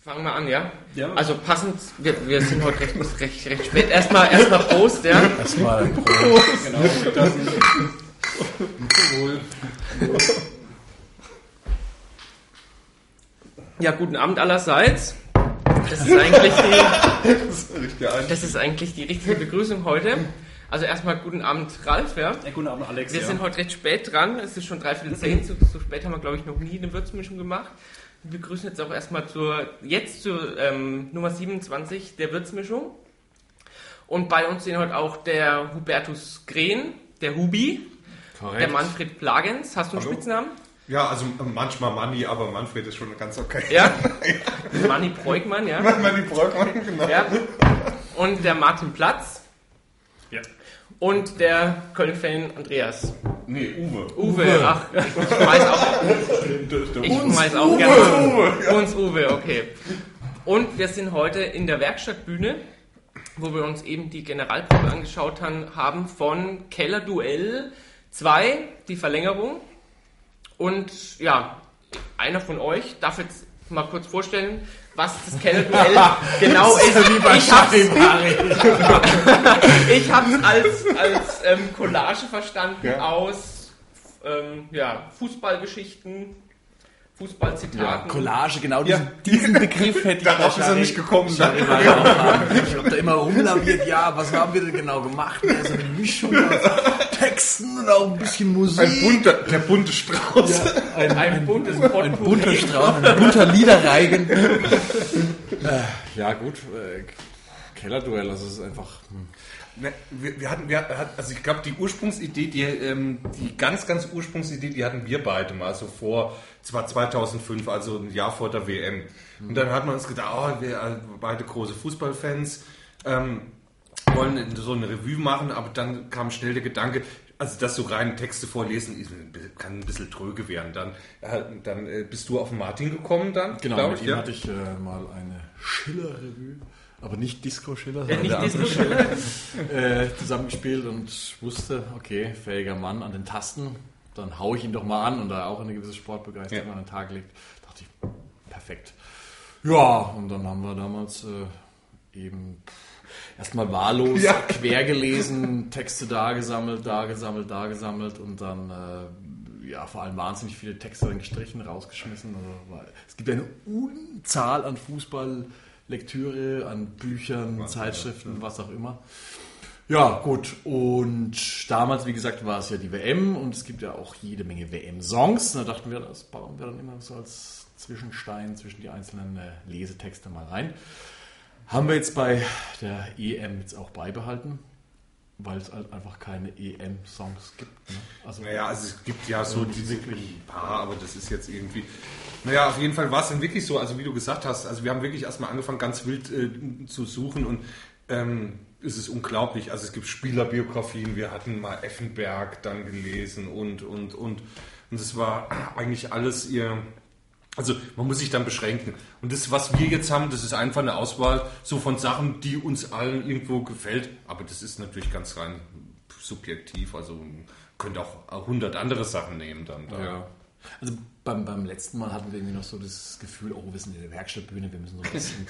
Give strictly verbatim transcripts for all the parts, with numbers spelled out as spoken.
Fangen wir an, ja? Ja. Also passend, wir, wir sind heute recht, recht, recht spät. Erstmal, erstmal Prost, ja? Erstmal Prost. Genau, das wohl. Ja, guten Abend allerseits. Das ist eigentlich die, Das ist richtig ein. das ist eigentlich die richtige Begrüßung heute. Also erstmal guten Abend, Ralf, ja? Ja, guten Abend, Alex. Wir ja. sind heute recht spät dran. Es ist schon dreiviertel zehn. So, so spät haben wir, glaube ich, noch nie eine Würzmischung gemacht. Wir begrüßen jetzt auch erstmal zur, jetzt zur ähm, Nummer siebenundzwanzig der Würzmischung. Und bei uns sind heute auch der Hubertus Green, der Hubi, Korrekt. der Manfred Plagens. Hast du einen Hallo. Spitznamen? Ja, also manchmal Manni, aber Manfred ist schon ganz okay. Ja? Manni Breukmann, ja? Manni Brockmann, genau. Ja. Und der Martin Platz. Ja. Und der Köln-Fan Andreas. Nee, Uwe. Uwe, ach, ich schmeiß auch, ich schmeiß auch gerne Uwe. Uns Uwe, okay. Und wir sind heute in der Werkstattbühne, wo wir uns eben die Generalprobe angeschaut haben von Keller-Duell zwei, die Verlängerung. Und ja, einer von euch darf jetzt mal kurz vorstellen, was das Keller-Duell genau ist. Ich hab's, ich hab's als, als ähm, Collage verstanden Ja. aus ähm, ja, Fußballgeschichten, Fußballzitaten. Ja, Collage, genau diesen, Ja. diesen Begriff hätte ich Darauf ist er nicht gekommen. Dann. Ich habe da immer rumlaviert, ja, was haben wir denn genau gemacht? Also eine Mischung aus Texten und auch ein bisschen Musik. Ein bunter, der bunte Strauß. Ja, ein, Ein buntes ein Potpourri. bunter Strauß, ein bunter Liederreigen. äh, ja gut, äh, Kellerduell, also es ist einfach... Hm. Ne, wir, wir hatten, wir hatten, also ich glaube, die Ursprungsidee, die, ähm, die ganz, ganz Ursprungsidee, die hatten wir beide mal, so vor, zwar zweitausendfünf, also ein Jahr vor der W M. Und dann hat man uns gedacht, oh, wir äh, beide große Fußballfans, ähm, wollen so eine Revue machen, aber dann kam schnell der Gedanke, also das so rein Texte vorlesen ist, kann ein bisschen tröge werden. Dann, äh, dann äh, bist du auf den Martin gekommen dann, Genau, glaub mit ich, ihm ja? hatte ich äh, mal eine Schiller-Revue, aber nicht Disco-Schiller, Ja, sondern nicht der andere Disco Schiller, äh, zusammengespielt und wusste, okay, fähiger Mann an den Tasten, dann haue ich ihn doch mal an und da er auch eine gewisse Sportbegeisterung Ja. an den Tag legt, dachte ich, perfekt. Ja, und dann haben wir damals äh, eben erstmal wahllos Ja. quer gelesen, Texte da gesammelt, da gesammelt, da gesammelt und dann äh, ja, vor allem wahnsinnig viele Texte dann gestrichen, rausgeschmissen. Also, weil es gibt eine Unzahl an Fußballlektüre, an Büchern, Was, Zeitschriften, was auch immer. Ja, gut. Und damals, wie gesagt, war es ja die W M und es gibt ja auch jede Menge W M-Songs. Da dachten wir, das bauen wir dann immer so als Zwischenstein zwischen die einzelnen äh, Lesetexte mal rein. Haben wir jetzt bei der E M jetzt auch beibehalten, weil es halt einfach keine E M-Songs gibt. Ne? Also, Naja, also es gibt ja so die diese wirklich- ein paar, aber das ist jetzt irgendwie... Naja, auf jeden Fall war es dann wirklich so, also wie du gesagt hast, also wir haben wirklich erstmal angefangen, ganz wild äh, zu suchen und ähm, es ist unglaublich. Also es gibt Spielerbiografien, wir hatten mal Effenberg dann gelesen und, und, und. Und es war eigentlich alles ihr... Also man muss sich dann beschränken. Und das, was wir jetzt haben, das ist einfach eine Auswahl so von Sachen, die uns allen irgendwo gefällt. Aber das ist natürlich ganz rein subjektiv. Also man könnte auch hundert andere Sachen nehmen dann. Da. Ja. Also beim, beim letzten Mal hatten wir irgendwie noch so das Gefühl, oh, wir sind in der Werkstattbühne, wir müssen so ein bisschen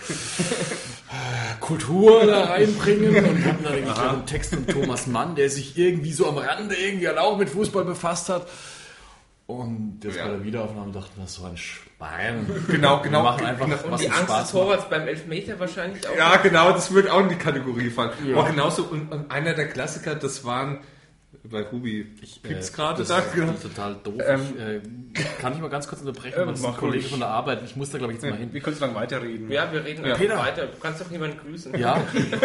Kultur da reinbringen und hatten dann irgendwie einen Text von Thomas Mann, der sich irgendwie so am Rande irgendwie halt auch mit Fußball befasst hat. Und jetzt Ja. bei der Wiederaufnahme dachten wir, so ein Schwein. Genau, genau. Wir machen einfach genau. Und was die uns Angst des Spaß macht. Torwarts beim Elfmeter wahrscheinlich auch. Ja, genau, das wird auch in die Kategorie fallen. Ja. Aber genauso, und, und einer der Klassiker, das waren, bei Ruby, ich piep's Äh, gerade das da. ist total doof. Ähm, ich, äh, kann ich mal ganz kurz unterbrechen, Ähm, weil das ist ein mach Kollege ruhig. von der Arbeit. Ich muss da, glaube ich, jetzt mal hin. Wir können so lange weiterreden. Ja, wir reden Ja. einfach Peter. weiter. Du kannst doch niemanden grüßen. Ja.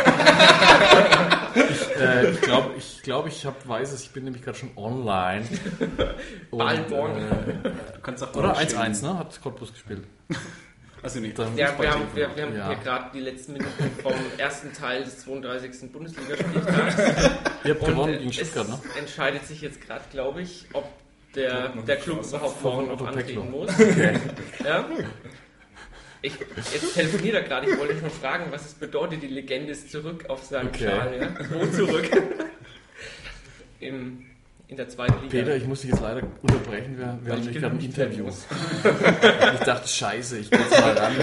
ich äh, ich glaube, ich, glaub, ich hab, weiß es, ich bin nämlich gerade schon online. Und, Bald morgen. äh, Du kannst auch oder mal eins stehen. eins, ne? Hat Cottbus gespielt. Also nicht. Dann- Ja, wir haben, wir, wir haben Ja. hier gerade die letzten Minuten vom ersten Teil des zweiunddreißigsten Bundesligaspieltags. Ihr habt gewonnen äh, gegen Stuttgart, es ne? entscheidet sich jetzt gerade, glaube ich, ob der, noch der nicht Club raus. überhaupt Vor morgen Otto noch antreten Pecklo. muss. Ja? Ich, jetzt telefoniere da gerade, ich wollte schon fragen, was es bedeutet, die Legende ist zurück auf seinem Okay. Schal. Ja? Wo zurück? Im, in der zweiten Liga. Peter, ich muss dich jetzt leider unterbrechen. Wir, wir haben nämlich gerade ein Interview. Ich dachte, scheiße, ich gehe jetzt mal ran.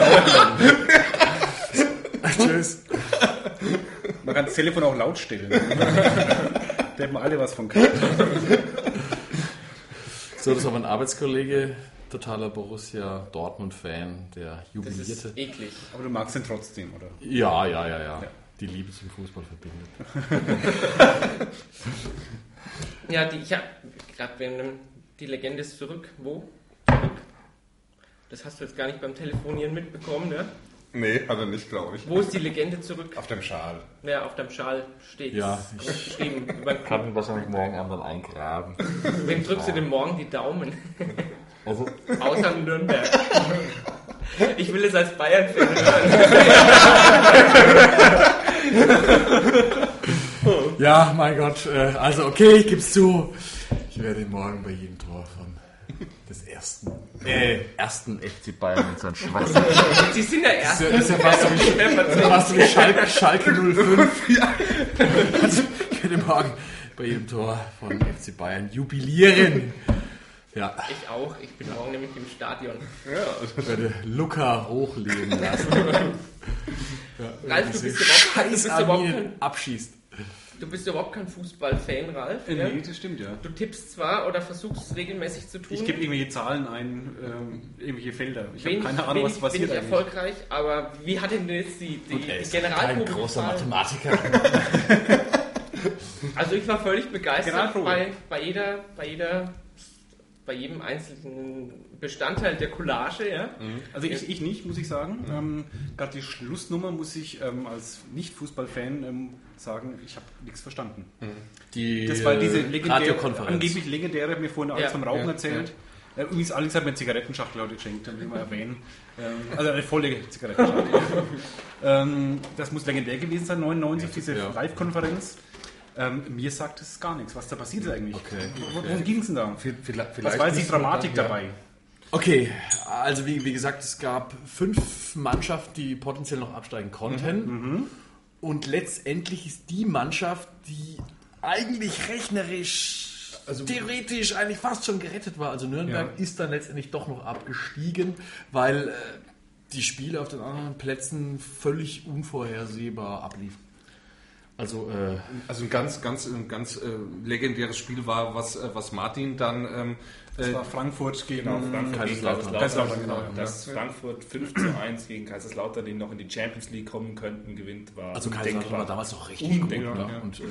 Tschüss. Man kann das Telefon auch laut stellen. Da hätten wir alle was von gehabt. So, das war mein Arbeitskollege, totaler Borussia Dortmund-Fan, der jubilierte. Das ist eklig. Aber du magst ihn trotzdem, oder? Ja, ja, ja, ja, Ja. Die Liebe zum Fußball verbindet. Ja, die, ich habe gerade, wir nehmen die Legende ist zurück. Wo? Zurück. Das hast du jetzt gar nicht beim Telefonieren mitbekommen, ne? Nee, hat er nicht, glaube ich. Wo ist die Legende zurück? Auf dem Schal. Ja, auf dem Schal steht Ja, es geschrieben. Über den Kann mich wahrscheinlich morgen Abend dann eingraben. Wem drückst du denn morgen die Daumen? Also, Außer Nürnberg. Ich will es als Bayern-Fan hören. ja, mein Gott. äh, Also, okay, ich gebe es zu. Ich werde morgen bei jedem Tor von des ersten, äh, ersten F C Bayern mit so einem Schwachsinn. Sie sind der Erste. Das ist ja fast so wie, das ist ja fast so wie Schalke, Schalke null fünf. Also, ich werde morgen bei jedem Tor von F C Bayern jubilieren. Ja, Ich auch. Ich bin morgen nämlich im Stadion. ich werde Luca hochleben lassen. Ja, Ralf, du bist überhaupt, du bist Scheiß überhaupt kein, Armin abschießt. du bist überhaupt kein Fußballfan, Ralf. Ja? Nee, das stimmt, ja. Du tippst zwar oder versuchst es regelmäßig zu tun. Ich gebe irgendwelche Zahlen ein, ähm, irgendwelche Felder. Ich habe wenig, keine Ahnung, was wenig, passiert wenig eigentlich. erfolgreich, aber wie hat denn jetzt die, die, Und er die ist kein Generalprobe großer gefallen? Mathematiker. Also ich war völlig begeistert Generalprobe. bei, bei jeder, bei jeder, bei jedem einzelnen Bestandteil der Collage, ja. Also ich, ich nicht, muss ich sagen. Ähm, Gerade die Schlussnummer muss ich ähm, als Nicht-Fußball-Fan ähm, sagen, ich habe nichts verstanden. Die Das war diese legendäre, Radiokonferenz. angeblich legendäre, mir vorhin alles Ja, vom Rauchen ja, erzählt. Äh, Übrigens, Alex hat mir eine Zigarettenschachtel heute geschenkt, dann will ich mal erwähnen. Ähm, also eine volle Zigarettenschachtel. ähm, das muss legendär gewesen sein, neunundneunzig, diese ja. Live-Konferenz. Ähm, mir sagt es gar nichts. Was da passiert ist eigentlich? Okay, Worum okay. ging es denn da? Vielleicht, Was war jetzt die müssen wir Dramatik dann, ja. dabei? Okay, also wie, wie gesagt, es gab fünf Mannschaften, die potenziell noch absteigen konnten. Mhm. Und letztendlich ist die Mannschaft, die eigentlich rechnerisch, also theoretisch eigentlich fast schon gerettet war. Also Nürnberg Ja. ist dann letztendlich doch noch abgestiegen, weil äh, die Spiele auf den anderen Plätzen völlig unvorhersehbar abliefen. Also, äh, Also ein ganz, ganz, ein ganz äh, legendäres Spiel war, was, äh, was Martin dann ähm, Das äh, war Frankfurt gegen Genau, Frankfurt gegen Kaiserslautern. Kaiserslautern. Kaiserslautern, genau, Dass Frankfurt fünf zu eins gegen Kaiserslautern, die noch in die Champions League kommen könnten, gewinnt, war also Kaiserslautern war damals noch richtig gut. Undenkbar, Ne? ja. Und äh,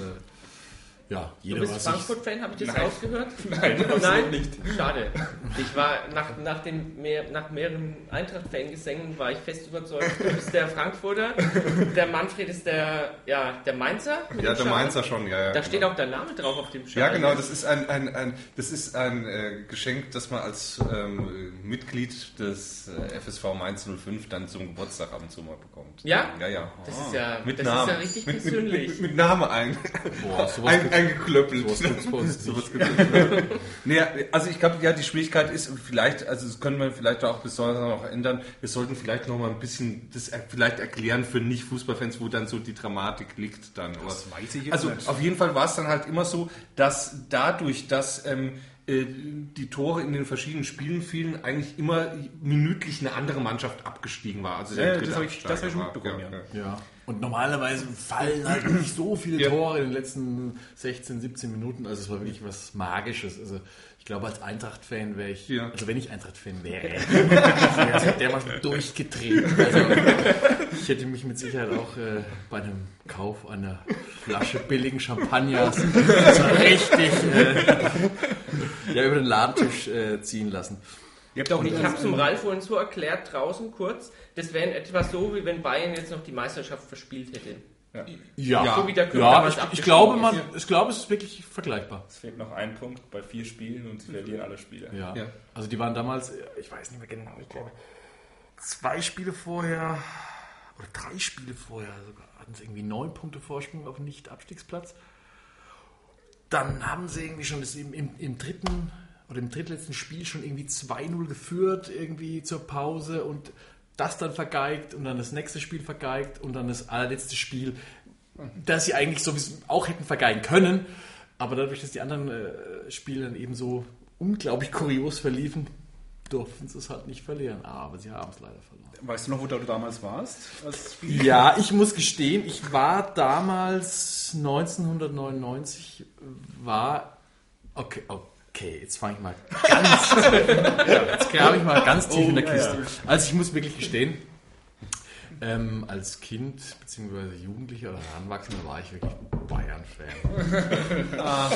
ja, Du jeder bist war sich... Frankfurt-Fan, habe ich das Nein. rausgehört? Nein, absolut Nein, nicht. Schade. Ich war nach, nach, den mehr, nach mehreren Eintracht-Fangesängen war ich fest überzeugt, du bist der Frankfurter, der Manfred ist der, ja, der Mainzer. mit ja, dem der Schal. Mainzer schon, ja, ja. Da steht genau. auch dein Name drauf auf dem Schal. Ja, genau, das ist ein, ein, ein, das ist ein äh, Geschenk, das man als ähm, Mitglied des äh, F S V Mainz null fünf dann zum Geburtstag ab und zu mal bekommt. Ja? Ja, ja. Das ist ja, Mit das Namen. ist ja richtig mit, mit, persönlich. mit, mit Name ein, Boah, sowas ein, gibt's- eingeklöppelt. sowas gibt's bei uns Sowas nicht. gibt's nicht. Nee, also ich glaube, ja, die Schwierigkeit ist vielleicht, also das können wir vielleicht auch besonders noch ändern, wir sollten vielleicht noch mal ein bisschen das er- vielleicht erklären für Nicht-Fußballfans, wo dann so die Dramatik liegt dann. Aber, Das weiß ich jetzt also nicht. auf jeden Fall war es dann halt immer so, dass dadurch, dass ähm, äh, die Tore in den verschiedenen Spielen fielen, eigentlich immer minütlich eine andere Mannschaft abgestiegen war. Also der Ja, dritte das hab ich- das hab ich schon Absteiger war. mitbekommen, ja. Ja. Und normalerweise fallen halt nicht so viele Ja. Tore in den letzten sechzehn, siebzehn Minuten. Also es war wirklich was Magisches. Also ich glaube, als Eintracht-Fan wäre ich, Ja. also wenn ich Eintracht-Fan wäre, wäre ich dermaßen durchgedreht. Also ich hätte mich mit Sicherheit auch äh, bei einem Kauf einer Flasche billigen Champagners so richtig äh, ja, über den Ladentisch äh, ziehen lassen. Ihr habt auch Ich nicht habe es dem Ralf vorhin so erklärt, draußen kurz, das wäre etwas so, wie wenn Bayern jetzt noch die Meisterschaft verspielt hätte. Ja, So wie der Club ja damals ich, ich abgestiegen glaube, man, ist. ich glaube, es ist wirklich vergleichbar. Es fehlt noch ein Punkt bei vier Spielen und sie verlieren alle Spiele. Ja. Ja. Also die waren damals, ich weiß nicht mehr genau, ich glaube, zwei Spiele vorher oder drei Spiele vorher sogar hatten sie irgendwie neun Punkte Vorsprung auf den Nicht-Abstiegsplatz. Dann haben sie irgendwie schon das im, im, im dritten oder im drittletzten Spiel schon irgendwie zwei null geführt, irgendwie zur Pause und das dann vergeigt und dann das nächste Spiel vergeigt und dann das allerletzte Spiel, das sie eigentlich sowieso auch hätten vergeigen können. Aber dadurch, dass die anderen äh, Spiele dann eben so unglaublich kurios verliefen, durften sie es halt nicht verlieren. Aber sie haben es leider verloren. Weißt du noch, wo du damals warst? Als Spieler? Ja, ich muss gestehen, ich war damals neunzehnhundertneunundneunzig, war... Okay, okay, jetzt fange ich mal ganz... ja, jetzt grabe ich mal ganz tief oh, in der Kiste. Ja, ja. Also ich muss wirklich gestehen, ähm, als Kind bzw. Jugendlicher oder Heranwachsender war ich wirklich Bayern-Fan. ah.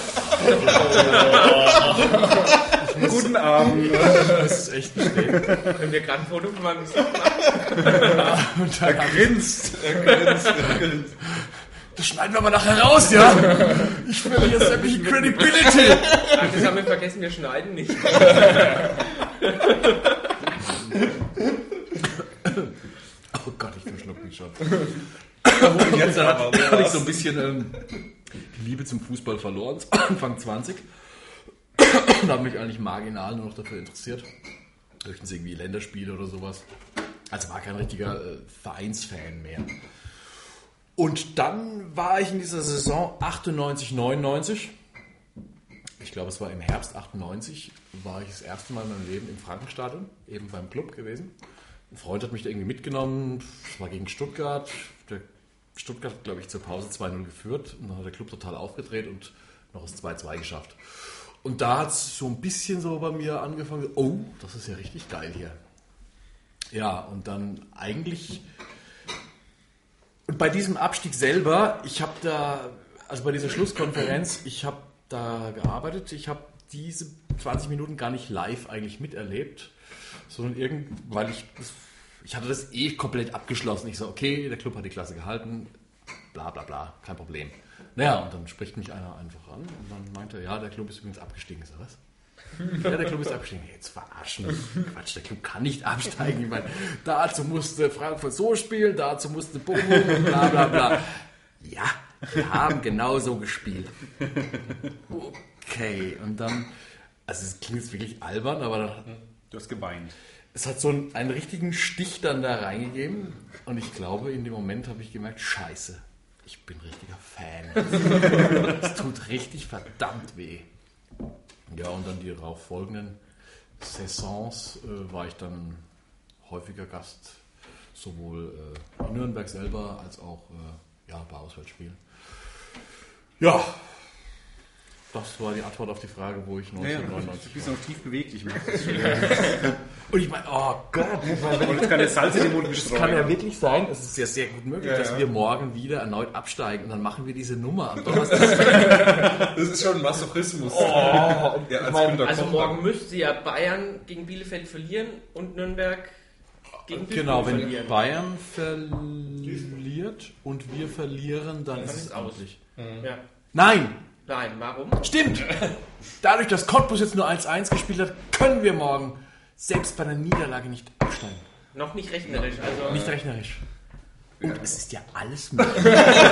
Guten Abend. Das ist echt gestehen. Können wir gerade ein Foto von meinem Gesicht machen? Und er grinst, er grinst, er grinst. Das schneiden wir mal nachher raus, ja? Ich verliere jetzt sämtliche Credibility. Ach, das haben wir vergessen, wir schneiden nicht. Oh Gott, ich verschluck mich schon. Jetzt habe ich so ein bisschen ähm, die Liebe zum Fußball verloren, Anfang zwanzig. Und habe mich eigentlich marginal nur noch dafür interessiert. Höchstens irgendwie Länderspiele oder sowas. Also war kein richtiger äh, Vereinsfan mehr. Und dann war ich in dieser Saison achtundneunzig, neunundneunzig. Ich glaube, es war im Herbst achtundneunzig, war ich das erste Mal in meinem Leben im Frankenstadion, eben beim Club gewesen. Ein Freund hat mich da irgendwie mitgenommen, es war gegen Stuttgart. Der Stuttgart hat, glaube ich, zur Pause zwei null geführt und dann hat der Club total aufgedreht und noch das zwei zwei geschafft. Und da hat es so ein bisschen so bei mir angefangen, oh, das ist ja richtig geil hier. Ja, und dann eigentlich... Und bei diesem Abstieg selber, ich habe da, also bei dieser Schlusskonferenz, ich habe da gearbeitet, ich habe diese zwanzig Minuten gar nicht live eigentlich miterlebt, sondern irgend, weil ich, ich hatte das eh komplett abgeschlossen. Ich so, okay, der Club hat die Klasse gehalten, bla bla bla, kein Problem. Naja, und dann spricht mich einer einfach an und dann meinte er, ja, der Club ist übrigens abgestiegen. Ich so, was? Ja, der Club ist abgestiegen. Jetzt verarschen. Quatsch, der Club kann nicht absteigen. Ich meine, dazu musste Frankfurt so spielen, dazu musste Bochum und bla bla bla. Ja, wir haben genau so gespielt. Okay, und dann, also es klingt jetzt wirklich albern, aber dann, du hast geweint. Es hat so einen, einen richtigen Stich dann da reingegeben und ich glaube, in dem Moment habe ich gemerkt, scheiße, ich bin richtiger Fan. Es tut richtig verdammt weh. Ja, und dann die darauf folgenden Saisons äh, war ich dann häufiger Gast, sowohl äh, in Nürnberg selber als auch äh, ja, bei Auswärtsspielen. Ja, das war die Antwort auf die Frage, wo ich neunzehnhundertneunundneunzig ja, ja, du bist noch tief beweglich. Und ich meine, oh Gott, und jetzt kann der Salz in den Mund gestreut. Es kann ja wirklich sein, es ist ja sehr gut möglich, ja, dass ja. wir morgen wieder erneut absteigen und dann machen wir diese Nummer am Donnerstag. Das ist schon Masochismus. Oh, ja, als meine, also morgen müsste ja Bayern gegen Bielefeld verlieren und Nürnberg gegen Bielefeld genau, verlieren. Genau, wenn Bayern verliert und wir verlieren, dann, dann ist es aus. Mhm. Ja. Nein! Nein, warum? Stimmt! Dadurch, dass Cottbus jetzt nur eins eins gespielt hat, können wir morgen selbst bei einer Niederlage nicht absteigen. Noch nicht rechnerisch. Also nicht rechnerisch. Und ja. Es ist ja alles möglich.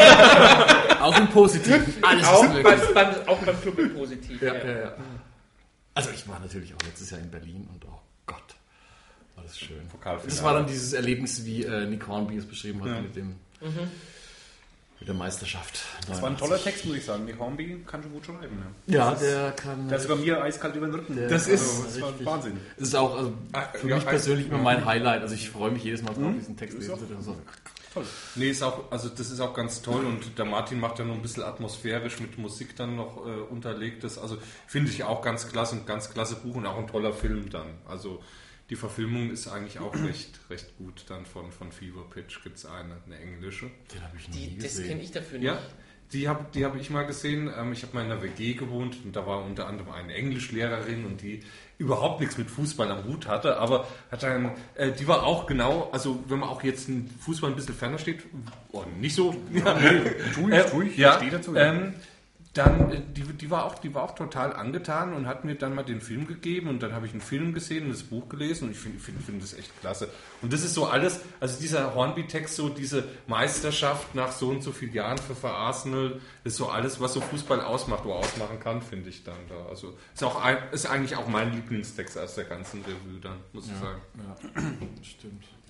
Auch im Positiven. Alles auch, ist möglich. Beim, auch beim Club im Positiven. Ja, ja, ja. Also ich war natürlich auch letztes Jahr in Berlin und oh Gott, war das schön. Das war dann dieses Erlebnis, wie äh, Nick Hornby es beschrieben hat, ja. mit dem... Mhm. Mit der Meisterschaft. Das war ein toller Text, muss ich sagen. Die Hornby kann schon gut schreiben. Ne? Ja, der kann. Der ist bei mir eiskalt über den Rücken. Das ist, also, das war Wahnsinn. Das ist auch also für ja, mich persönlich immer mein Highlight. Also ich freue mich jedes Mal, mhm. auf diesen Text lesen zu dürfen. Toll. Nee, ist auch, also das ist auch ganz toll und der Martin macht ja noch ein bisschen atmosphärisch mit Musik dann noch äh, unterlegtes. Also finde ich auch ganz klasse, ein ganz klasse Buch und auch ein toller Film dann. Also die Verfilmung ist eigentlich auch recht, recht gut. Dann von, von Fever Pitch gibt es eine, eine englische. Den habe ich nie die, gesehen. Das kenne ich dafür nicht. Ja, die habe die hab ich mal gesehen. Ich habe mal in einer W G gewohnt und da war unter anderem eine Englischlehrerin und die überhaupt nichts mit Fußball am Hut hatte, aber hat dann, äh, die war auch genau, also wenn man auch jetzt ein Fußball ein bisschen ferner steht, oh, nicht so, ja, nee, tu ich, tu ich, ja, stehe dazu. Ähm, Dann, die, die, war auch, die war auch total angetan und hat mir dann mal den Film gegeben und dann habe ich einen Film gesehen und das Buch gelesen und ich finde find, find das echt klasse. Und das ist so alles, also dieser Hornby-Text, so diese Meisterschaft nach so und so vielen Jahren für, für Arsenal, ist so alles, was so Fußball ausmacht oder ausmachen kann, finde ich dann da. Also ist, auch ein, ist eigentlich auch mein Lieblingstext aus der ganzen Revue dann, muss ja, ich sagen. Ja, stimmt.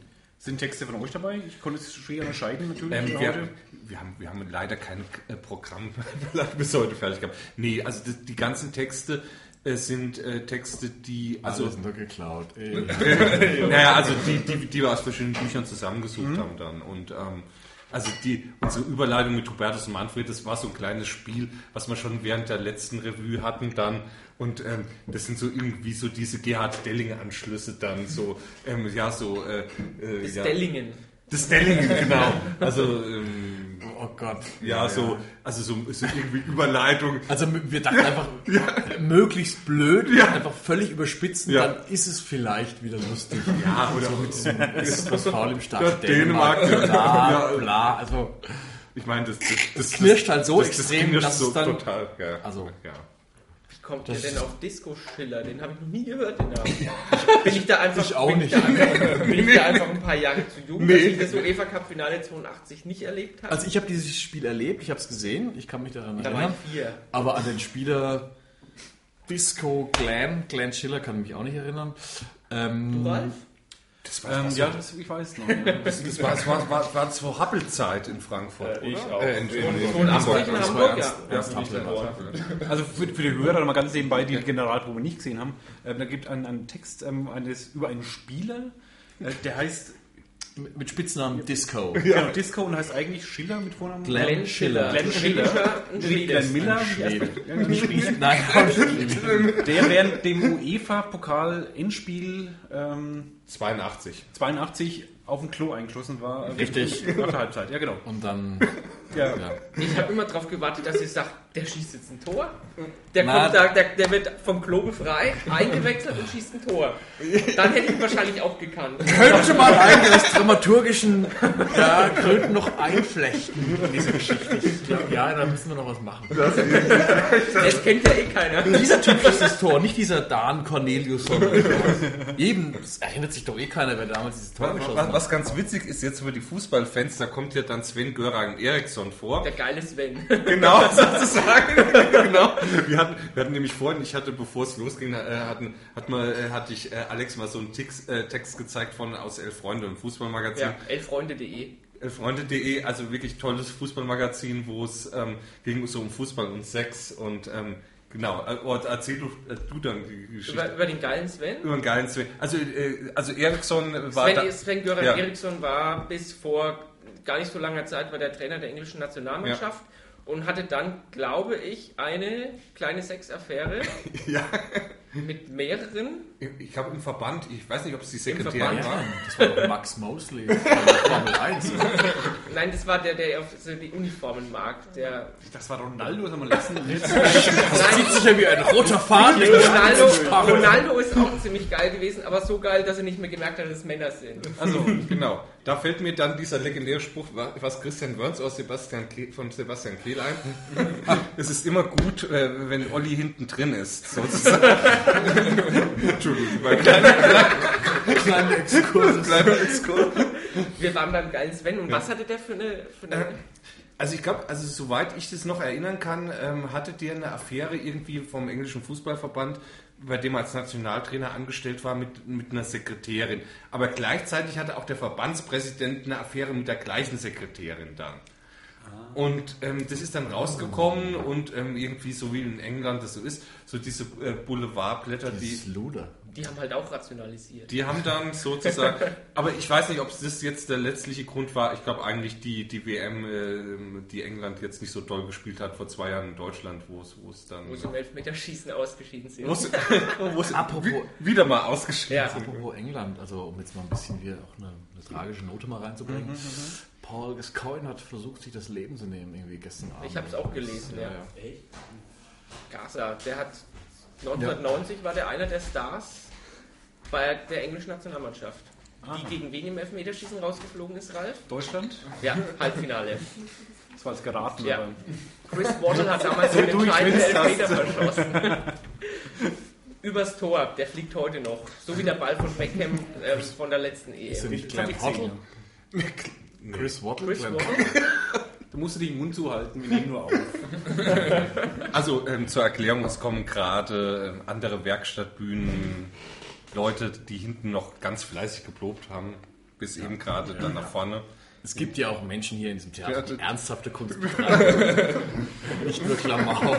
Sind Texte von euch dabei? Ich konnte es schwer unterscheiden natürlich. Ähm, wir, wir, haben, wir haben leider kein äh, Programm bis heute fertig gehabt. Nee, also die, die ganzen Texte äh, sind äh, Texte, die... Also, Alle sind doch geklaut. Ey. naja, also die, die, die wir aus verschiedenen Büchern zusammengesucht mhm. haben dann. Und ähm, also die unsere Überleitung mit Hubertus und Manfred, das war so ein kleines Spiel, was wir schon während der letzten Revue hatten dann. Und ähm, das sind so irgendwie so diese Gerhard-Delling-Anschlüsse dann so, ähm, ja, so... Äh, äh, das ja. Dellingen. Das Dellingen, genau. Also, ähm, oh Gott. Ja, ja, so, also so, so irgendwie Überleitung. Also wir dachten einfach, ja. möglichst blöd, ja. einfach völlig überspitzen, ja. dann ist es vielleicht wieder lustig. Ja, oder so mit diesem, ist was faul im Staat ja, Dänemark, Dänemark, bla, ja. bla, also... Ich meine, das, das, das knirscht halt so das, extrem, das dass so es dann... Total, ja. Also, ja. Wie kommt der denn auf Disco-Schiller? Den habe ich noch nie gehört, den Namen. Bin ich da einfach, ich auch bin nicht. Ich da einfach, bin ich da einfach ein paar Jahre zu jung, nee. dass ich das UEFA-Cup-Finale zweiundachtzig nicht erlebt habe? Also ich habe dieses Spiel erlebt, ich habe es gesehen, ich kann mich daran da erinnern. waren vier. Aber an den Spieler Disco Glenn, Glenn Schiller kann ich mich auch nicht erinnern. Ähm, du, Ralf? Das war, ähm, ja, das, ich weiß noch. Das, das war, das war, war, war zur Hubble-Zeit in Frankfurt, äh, ich oder? auch. Äh, in, in, in, in zweiundachtzig in Hamburg, ja. Ernst, ja. Ernst also für, für die Hörer, mal ganz nebenbei, die die Generalprobe nicht gesehen haben, äh, da gibt es einen, einen Text ähm, eines, über einen Spieler, äh, der heißt... Mit Spitznamen Disco. Ja. Genau, Disco und heißt eigentlich Schiller mit Vornamen. Glenn, Glenn Schiller. Glenn Schiller. Glenn Miller. Nein, der während dem UEFA-Pokal-Endspiel ähm, zweiundachtzig. zweiundachtzig auf dem Klo eingeschlossen war. Richtig. Nach der Halbzeit, ja genau. Und dann... Ja. Ja. Ich habe immer darauf gewartet, dass ihr sagt, der schießt jetzt ein Tor. Der, Na, kommt da, der, der wird vom Klo befreit, eingewechselt und schießt ein Tor. Dann hätte ich ihn wahrscheinlich auch gekannt. Könnte man eigentlich aus dramaturgischen ja, Gründen noch einflechten in diese Geschichte. Ich glaube, ja, da müssen wir noch was machen. Das, das kennt ja eh keiner. Dieser Typ schießt das Tor, nicht dieser Dan Corneliusson. Eben, das erinnert sich doch eh keiner, wer damals dieses Tor geschossen was, hat. was ganz witzig ist jetzt für die Fußballfans, da kommt ja dann Sven Göran Eriksson vor. Der geile Sven. Genau, sozusagen. Genau. Wir hatten, wir hatten nämlich vorhin, ich hatte, bevor es losging, äh, hatten, hat mal, äh, hatte ich äh, Alex mal so einen Text, äh, Text gezeigt von aus Elf Freunde im Fußballmagazin. Ja, elffreunde punkt de. elffreunde punkt de, also wirklich tolles Fußballmagazin, wo es ähm, ging so um Fußball und Sex und ähm, genau, äh, erzähl du, äh, du dann die Geschichte. Über, über den geilen Sven? Über den geilen Sven. Also, äh, also Eriksson war... Sven, da, Sven Göran ja. Eriksson war bis vor gar nicht so langer Zeit war der Trainer der englischen Nationalmannschaft. Ja. Und hatte dann, glaube ich, eine kleine Sexaffäre ja. mit mehreren. Ich habe im Verband, ich weiß nicht, ob es die Sekretärin ja, war. Das war doch Max Mosley. Das war Formel eins. Oder? Nein, das war der, der auf so die Uniformen mag. Der das war Ronaldo, soll man lassen. Das zieht sich ja wie ein roter Faden. Ronaldo, Ronaldo ist auch ziemlich geil gewesen, aber so geil, dass er nicht mehr gemerkt hat, dass es Männer sind. Also, genau. Da fällt mir dann dieser legendäre Spruch, was Christian Wörns aus Sebastian Kehl, von Sebastian Kehl ein. Es ist immer gut, wenn Olli hinten drin ist, sozusagen. Entschuldigung, mein kleiner, kleiner Exkurs. Kleiner Exkurs. Wir waren beim geilen Sven. Und ja. was hatte der für eine... Für eine also ich glaube, also soweit ich das noch erinnern kann, ähm, hatte der eine Affäre irgendwie vom englischen Fußballverband, bei dem er als Nationaltrainer angestellt war, mit, mit einer Sekretärin. Aber gleichzeitig hatte auch der Verbandspräsident eine Affäre mit der gleichen Sekretärin dann. Und ähm, das ist dann rausgekommen und ähm, irgendwie so wie in England das so ist, so diese äh, Boulevardblätter, die, die haben halt auch rationalisiert. Die haben dann sozusagen, aber ich weiß nicht, ob das jetzt der letztliche Grund war. Ich glaube eigentlich die, die W M, äh, die England jetzt nicht so toll gespielt hat vor zwei Jahren in Deutschland, wo es, wo es dann... Wo sie im Elfmeterschießen ausgeschieden sind. Wo es apropos, wieder mal ausgeschieden ja. sind. Apropos England, also um jetzt mal ein bisschen hier auch eine, eine tragische Note mal reinzubringen. Mhm, Paul Gascoigne hat versucht, sich das Leben zu nehmen, irgendwie gestern Abend. Ich habe es auch gelesen, ja. ja. ja. Echt? Gaza, der hat neunzehnhundertneunzig ja. war der einer der Stars bei der englischen Nationalmannschaft. Aha. Die gegen wen im Elfmeterschießen rausgeflogen ist, Ralf? Deutschland? Ja, Halbfinale. Das war jetzt geraten. Ja. Chris Waddle hat damals den entscheidenden Elfmeter verschossen. Übers Tor, der fliegt heute noch. So wie der Ball von Beckham äh, von der letzten E M. Ist nicht Glenn Hoddle? Chris Waddle? Chris Waddle? Da musst du den Mund zuhalten, wir nehmen nur auf. Also ähm, zur Erklärung, es kommen gerade äh, andere Werkstattbühnen, Leute, die hinten noch ganz fleißig geprobt haben. bis eben gerade dann nach vorne. Es gibt ja auch Menschen hier in diesem Theater, die ernsthafte Kunst betreiben. Nicht nur Klamauk.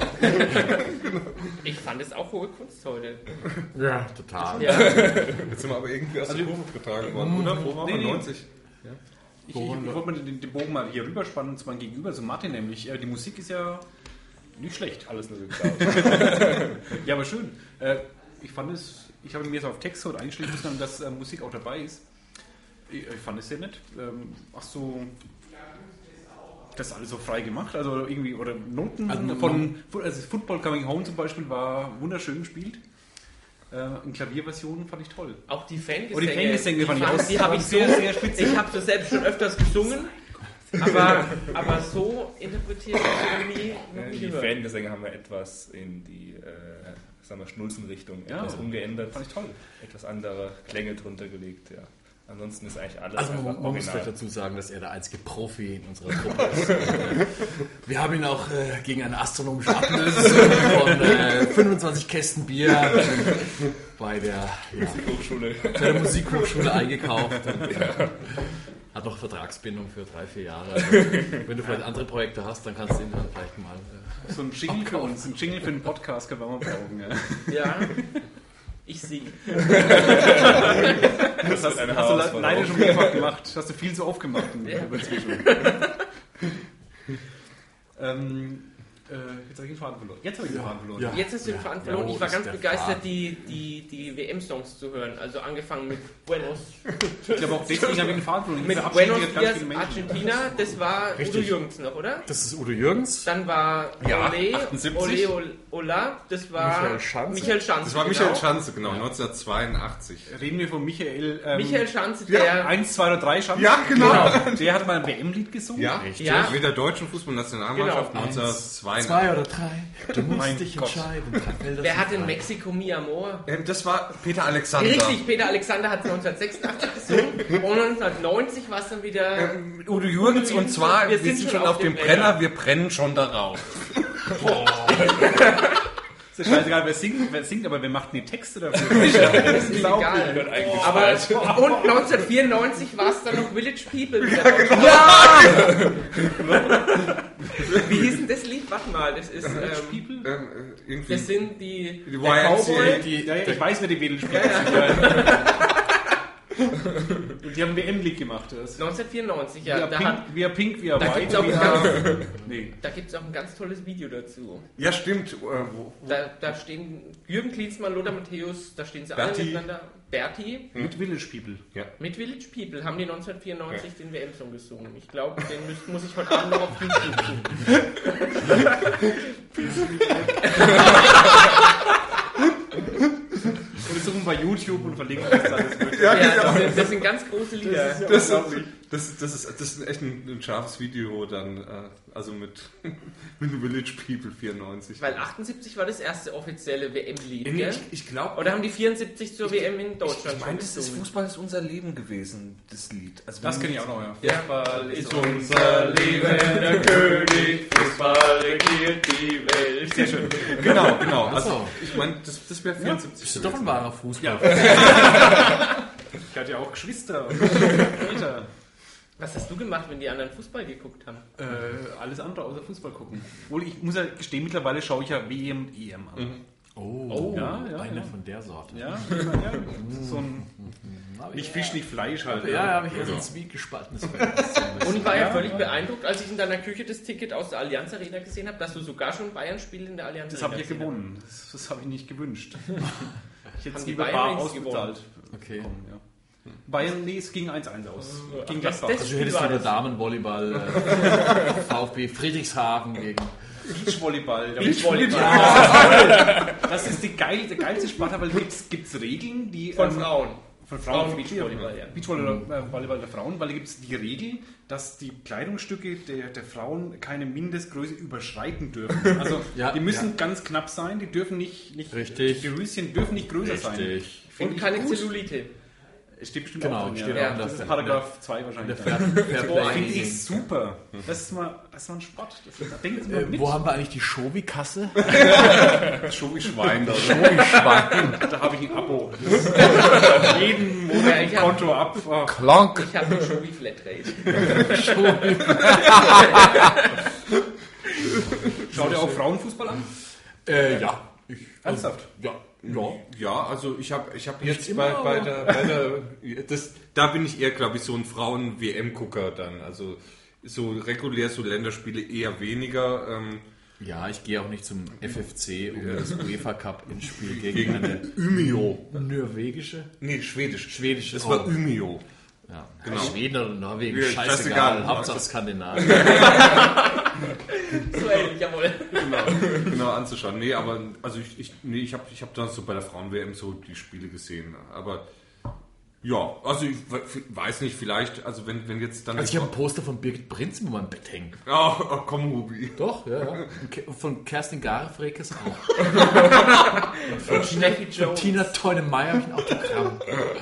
Ich fand es auch hohe Kunst heute. Ja, total. Ja. Jetzt sind wir aber irgendwie aus der Kurve getragen worden, oder? Wo waren wir? Nee, nee. neunzig? Ich, ich, ich wollte mal den, den Bogen mal hier rüberspannen, und zwar gegenüber, so Martin nämlich. Äh, die Musik ist ja nicht schlecht. Alles nur geklaut. Ja, aber schön. Äh, ich fand es, ich habe mir so auf Text heute einstellen müssen, dass äh, Musik auch dabei ist. Ich, ich fand es sehr nett. Ähm, ach so, das alles so frei gemacht, also irgendwie, oder Noten Also, von, also Football Coming Home zum Beispiel war wunderschön gespielt. Äh, in Klavierversionen fand ich toll. Auch die Fangesänge. Oh, die Fangesänge fand ich fand- auch- Die habe ich so, sehr, sehr speziell. ich habe so selbst schon öfters gesungen, aber, aber so interpretiert habe ich irgendwie noch nie Die gehört. Fangesänge haben wir etwas in die äh, sagen wir, Schnulzenrichtung Ja, etwas umgeändert. fand ich toll. Etwas andere Klänge drunter gelegt, ja. Ansonsten ist eigentlich alles Also einfach man, man muss original. vielleicht dazu sagen, dass er der einzige Profi in unserer Truppe ist. Und, äh, wir haben ihn auch äh, gegen eine astronomische Ablösung von äh, fünfundzwanzig Kästen Bier bei der, ja, Hochschule. bei der Musikhochschule eingekauft. Und, äh, hat noch Vertragsbindung für drei, vier Jahre. Also, wenn du vielleicht andere Projekte hast, dann kannst du ihn dann vielleicht mal... Äh, So ein Jingle für uns, ein Jingle für den Podcast können wir mal brauchen. Ja. Ja, ich sie. Das hast, eine hast du le- Herausforderung. leider schon mehrfach gemacht. Das hast du viel zu oft gemacht in Ja. inzwischen. ähm, äh, jetzt habe ich den Faden verloren. Jetzt habe ich den Faden verloren. Ja. Jetzt hast du den Faden verloren. Ja, Ich war wo ganz ist der begeistert, Faden? die, die, die W M-Songs zu hören. Also angefangen mit Buenos, Ich glaube auch deswegen habe ich den Faden verloren. mit Ich verabschiede Buenos jetzt ganz Dias viele Menschen. Argentina. Das war Richtig. Udo Jürgens noch, oder? das ist Udo Jürgens. Dann war Ja, Ole, achtundsiebzig. Ole, Ole, Ola. Das war Michael Schanze. Michael Schanze. Das war genau. Michael Schanze, genau, neunzehnhundertzweiundachtzig. Reden wir von Michael. Ähm, Michael Schanze, Ja, der... eins, zwei oder drei Schanzen. Ja, genau. Der hat mal ein W M-Lied gesungen. Ja, Richtig. Ja. mit der deutschen Fußballnationalmannschaft Genau. neunzehnhundertzweiundachtzig. Zwei oder drei. Du musst Mein dich Gott. entscheiden. Drei Felder Wer sind hat in frei. Mexiko Mi Amor? Ähm, das war Peter Alexander. Richtig, Peter Alexander hat neunzehnhundertsechsundachtzig gesungen und neunzehnhundertneunzig war es dann wieder... Ähm, Udo Jürgens, und zwar, wir sind, schon auf dem Brenner, wir brennen schon darauf. Ist ja scheißegal, wer singt, wer singt, aber wer macht denn die Texte dafür? Das ist egal. Gehört eigentlich Aber falsch. und neunzehnhundertvierundneunzig war es dann noch Village People. Ja, genau. Wie hieß denn das Lied? Warte mal, das ist... Ähm, People? Ähm, äh, irgendwie. das sind die... Die der Y M C A. Cowboy. Die, Ja, ja, ich weiß, wer die Wedel spielt. Und die haben ein W M-Lied gemacht. Das. neunzehnhundertvierundneunzig, ja. Via Da, Pink, hat, via Pink, via da White. gibt's auch via, ein nee. da gibt es auch ein ganz tolles Video dazu. Ja, stimmt. Äh, wo, wo, Da, da stehen Jürgen Klinsmann, Lothar Matthäus, da stehen sie Berti. alle miteinander. Berti Mit Village People. ja. mit Village People haben die neunzehnhundertvierundneunzig den W M-Song gesungen. Ich glaube, den müsst, muss ich heute Abend noch auf YouTube suchen. Und wir suchen bei YouTube und verlinken das alles mit. Ja, Ja, genau. das sind, das sind ganz große Lieder. Das, ist, das, ist, das, ist, das ist echt ein, ein scharfes Video dann, äh, also mit, mit Village People vierundneunzig. Weil achtundsiebzig war das erste offizielle W M-Lied, ich, gell? ich glaube, Oder haben die vierundsiebzig zur W M in Deutschland ich meine, das ist gesungen? Fußball ist unser Leben gewesen, das Lied. Also Das wenn- kenne ich auch noch, ja. Ja. Fußball Ist unser Leben der König, Fußball regiert die Welt. Sehr schön. Genau, genau. Also so. ich meine, das, das wäre vierundsiebzig. Bist du doch ein wahrer Fußball. Ich hatte ja auch Geschwister und Eltern. Was hast du gemacht, wenn die anderen Fußball geguckt haben? Äh, alles andere außer Fußball gucken. Obwohl, ich muss ja gestehen, mittlerweile schaue ich ja W M, E M an. Oh, ja, ja, einer ja. von der Sorte. Ja, ja, so ein, Aber nicht ja, Fisch, nicht Fleisch halt. Ja, da habe ich jetzt ein zwiegespaltenes Verhältnis zu. Und ich war ja, Ja. völlig beeindruckt, als ich in deiner Küche das Ticket aus der Allianz Arena gesehen habe, dass du sogar schon Bayern-Spiele in der Allianz Das Arena habe ich ja gesehen gewonnen. Das, das habe ich nicht gewünscht. Ich hätte Haben es die lieber Bayern bar wenigstens ausbezahlt. Okay. bekommen, ja. Bayern, nee, es ging eins eins aus. Gegen das- Gladbach. das- Also du hättest Wie war lieber das? Damenvolleyball, äh, VfB Friedrichshafen gegen... Beachvolleyball. Der Beachvolleyball. Das ist die geil, der geilste Sport, weil es gibt Regeln, die... Von ähm, Frauen. Von Frauen, Frauen Beachvolleyball, ja. Beachvolleyball der Frauen, weil da gibt es die Regel, dass die Kleidungsstücke der, der Frauen keine Mindestgröße überschreiten dürfen. Also Ja, die müssen ja. ganz knapp sein, die dürfen nicht, nicht Richtig. die Röschen dürfen nicht größer sein. Richtig. Find Und ich keine gut. Zellulite. Steht bestimmt Genau, auch drin. steht ja. auch in Das der- ist Paragraph zwei wahrscheinlich. Der Fair, Fairplay. Finde ich super. Das ist mal, das ist mal ein Sport. Das ist, da denkt jetzt mal Äh, mit. wo haben wir eigentlich die Shovi-Kasse? Schon wie Schwein da. Shovi-Schwein. Da habe ich ein Abo. Das ist jeden Monat Ja, ein ich hab- Konto ab. Oh. Klonk. Ich habe schon wie Flatrate. Schaut ihr auch Frauenfußball an? Äh, ja. Ich, Ernsthaft? Ja. Ja. Ja, also ich habe ich hab jetzt immer, bei, bei der, bei der das, da bin ich eher, glaube ich, so ein Frauen-W M-Gucker dann. Also so regulär, so Länderspiele eher weniger. Ähm, Ja, ich gehe auch nicht zum F F C um das UEFA Cup ins Spiel gegen, gegen eine Umeå. norwegische. Nee, Schwedisch. Schwedisch. Das Oh. war Umeå. Ja. Genau. Schweden oder Norwegen, Ja, scheißegal. scheißegal. Hauptsache Skandinavien. So ähnlich, jawohl. Genau, genau anzuschauen. Nee, aber also ich, ich, nee, ich habe ich hab da so bei der Frauen-W M so die Spiele gesehen. Aber ja, also ich we- weiß nicht, vielleicht, also wenn, wenn jetzt dann... Also ich habe ein Poster von Birgit Prinz in meinem Bett hängen. Oh, oh, komm, Ruby. Doch, ja, ja. Und Ke- von Kerstin Garefrekes auch. Und Steffi Jones. Tina Teunemeyer habe ich ein Autogramm.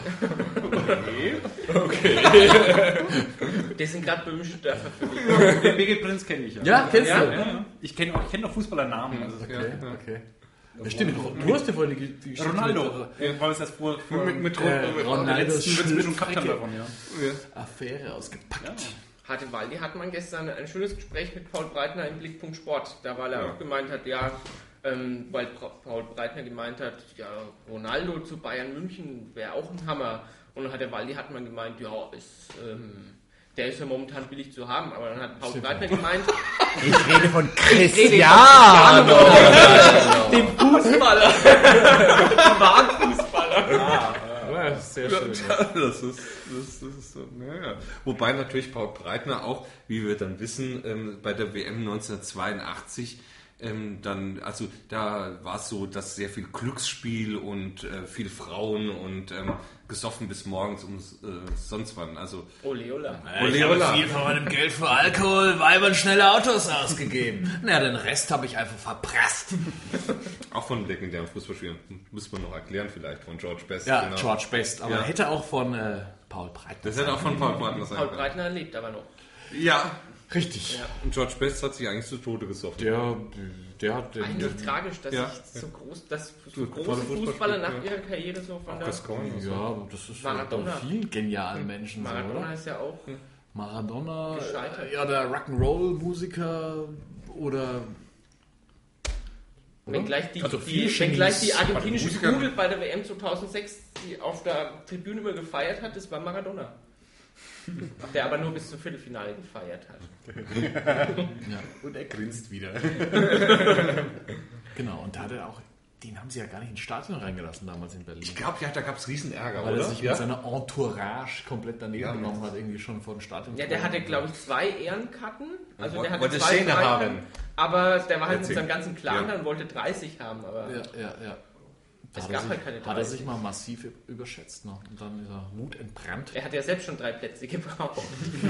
Das sind gerade böhmische Dörfer für mich. Den Birgit Prinz kenne ich ja. Ja, kennst Ja? du? Ja, ja. Ich kenne auch, ich kenn auch Fußballernamen. Also Okay, okay. Ja, stimmt, du hast ja vorhin die, die Geschichte Ronaldo. mit Ja, weil es das vor, vor Mit, mit, äh, mit, Ronaldos letzten wird wir schon gehabt haben Schlüpfrecke davon, ja. Affäre ausgepackt. Ja. Hatte Waldi hat man gestern ein schönes Gespräch mit Paul Breitner im Blickpunkt Sport. Da weil er Ja. auch gemeint hat, ja, ähm, weil Pra- Paul Breitner gemeint hat, ja, Ronaldo zu Bayern München wäre auch ein Hammer. Und dann hat der Waldi hat man gemeint, ja, ist, ähm, der ist ja momentan billig zu haben. Aber dann hat Paul Breitner gemeint, Ich rede von Cristiano, dem Fußballer, Wahnfußballer. Ja, sehr schön. Das ist, das, das ist so, naja. Wobei natürlich Paul Breitner auch, wie wir dann wissen, ähm, bei der W M neunzehnhundertzweiundachtzig ähm, dann, also da war es so, dass sehr viel Glücksspiel und äh, viele Frauen und ähm, gesoffen bis morgens um äh, sonst wann. Also Ole, ole. Ich habe viel von meinem Geld für Alkohol, Weibern, schnelle Autos ausgegeben. Naja, den Rest habe ich einfach verprasst. auch von legendären Fußballspielern, muss man noch erklären vielleicht, von George Best. Ja, genau. George Best, aber Ja. hätte auch von äh, Paul Breitner. Das hätte auch von Paul Breitner sein Paul können. Breitner lebt aber noch. Ja, Richtig. Ja. und George Best hat sich eigentlich zu Tode gesoffen. Der, der hat den, Eigentlich tragisch, dass Ja. sich so groß, dass so So große tolle Fußballer Fußballspieler, nach ihrer Karriere so von der Gascoigne und so. ja, aber das ist ja bei Maradona. vielen genialen Menschen so, Maradona oder? ist ja auch Maradona, Gescheitert. äh, ja, der Rock'n'Roll-Musiker oder... wenn gleich die, Also die, viele wenn gleich die Genies. argentinische Musiker. Kugel bei der W M zweitausendsechs, die auf der Tribüne immer gefeiert hat, das war Maradona. Der aber nur bis zum Viertelfinale gefeiert hat. Und er grinst wieder. Genau, und da hat er auch... Den haben sie ja gar nicht ins Stadion reingelassen damals in Berlin. Ich glaube, ja, da gab es Riesenärger, Weil oder? er sich ja? mit seiner Entourage komplett daneben Ja. genommen hat, irgendwie schon vor dem Stadion. Ja, der hatte, glaube ich, zwei Ehrenkarten. Also Und der hatte wollte zwei Szene Freikarten, haben. aber der war halt mit Erzähl. seinem ganzen Clan Ja. dann wollte dreißig haben. Aber Ja, ja, ja. Da Es hat, gab er sich, halt keine hat er dreißig. sich mal massiv überschätzt noch. Und dann ist er wutentbrannt. er hat ja selbst schon drei Plätze gebraucht.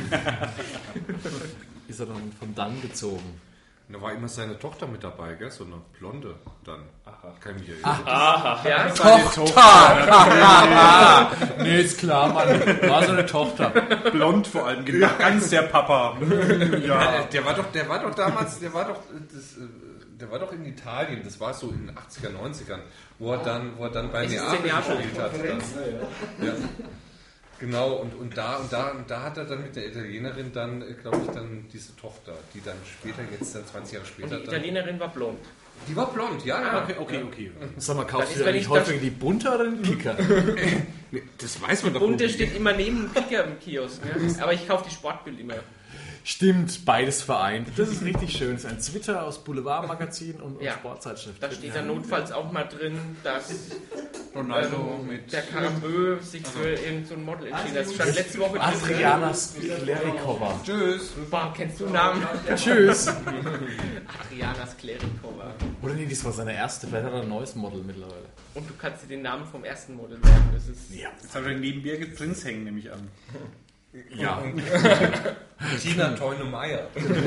Ist er dann von dann gezogen. Da war immer seine Tochter mit dabei, gell? So eine Blonde dann. Aha. Kann ich mich erinnern. Ja, Tochter! Nee, ist klar, Mann. War so eine Tochter. Blond vor allem, genau. Ganz der Papa. Ja, der war doch, der war doch damals, der war doch, das, äh, der war doch in Italien, das war so in den achtziger, neunzigern, wo er dann, wo er dann bei Es ist Neapel in Neapel. gespielt hat. Dann. Ja. Genau, und, und, da, und, da, und da hat er dann mit der Italienerin dann, glaube ich, dann diese Tochter, die dann später, jetzt dann zwanzig Jahre später, die dann, Italienerin war blond. die war blond, ja, ja. Okay, okay, okay. Sag mal, Das kaufst ist, du wenn eigentlich ich häufiger das- die Bunte oder den Kicker? Nee, das weiß man doch. Und der Ruby. steht immer neben dem Kicker im Kiosk. Ne? Aber ich kaufe die Sportbild immer. Stimmt, beides vereint. Das ist richtig schön. Das ist ein Twitter aus Boulevardmagazin und, und Ja. Sportzeitschrift. Da steht dann notfalls auch mal drin, dass Ronaldo ähm, mit. der Karambö sich für irgendein so ein Model entschieden hat. Das stand letzte Woche drin. Adriana Sklerikova. Tschüss. Boah, kennst du den Namen? Tschüss. Adriana Sklerikova. Oder nee, das war seine erste. Vielleicht hat er ein neues Model mittlerweile. Und du kannst dir den Namen vom ersten Model merken. Das ist Ja. Jetzt hat er neben Birgit Prinz hängen, nehme ich an. Ja. Tina Teunemeyer.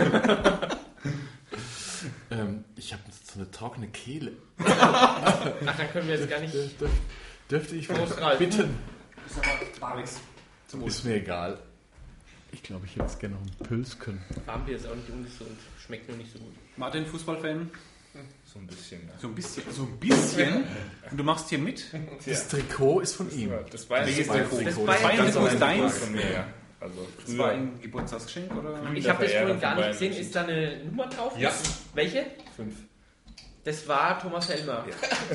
Ähm, ich habe so eine trockene Kehle. Ach, dann können wir jetzt gar nicht. Dürf, dürfte ich Prost, Ralf. bitten? Alex. Ist mir egal. Ich glaube, ich hätte es gerne noch ein Pölsken. Farmbier ist auch nicht ungesund. Schmeckt nur nicht so gut. Martin, Fußballfan? So ein bisschen. Ja. So ein bisschen. So ein bisschen? Und du machst hier mit? Das Trikot ist von ihm. Das war Welches ein Trikot? Das Das Bayern- Bayern das Trikot ist Bayern deins? von mir, ja. Also Das war früher ein Geburtstagsgeschenk, oder? Ich habe das Verehrer vorhin gar von nicht Bayern gesehen. Ist da eine Nummer drauf? Ja. Welche? fünf. Das war Thomas Helmer.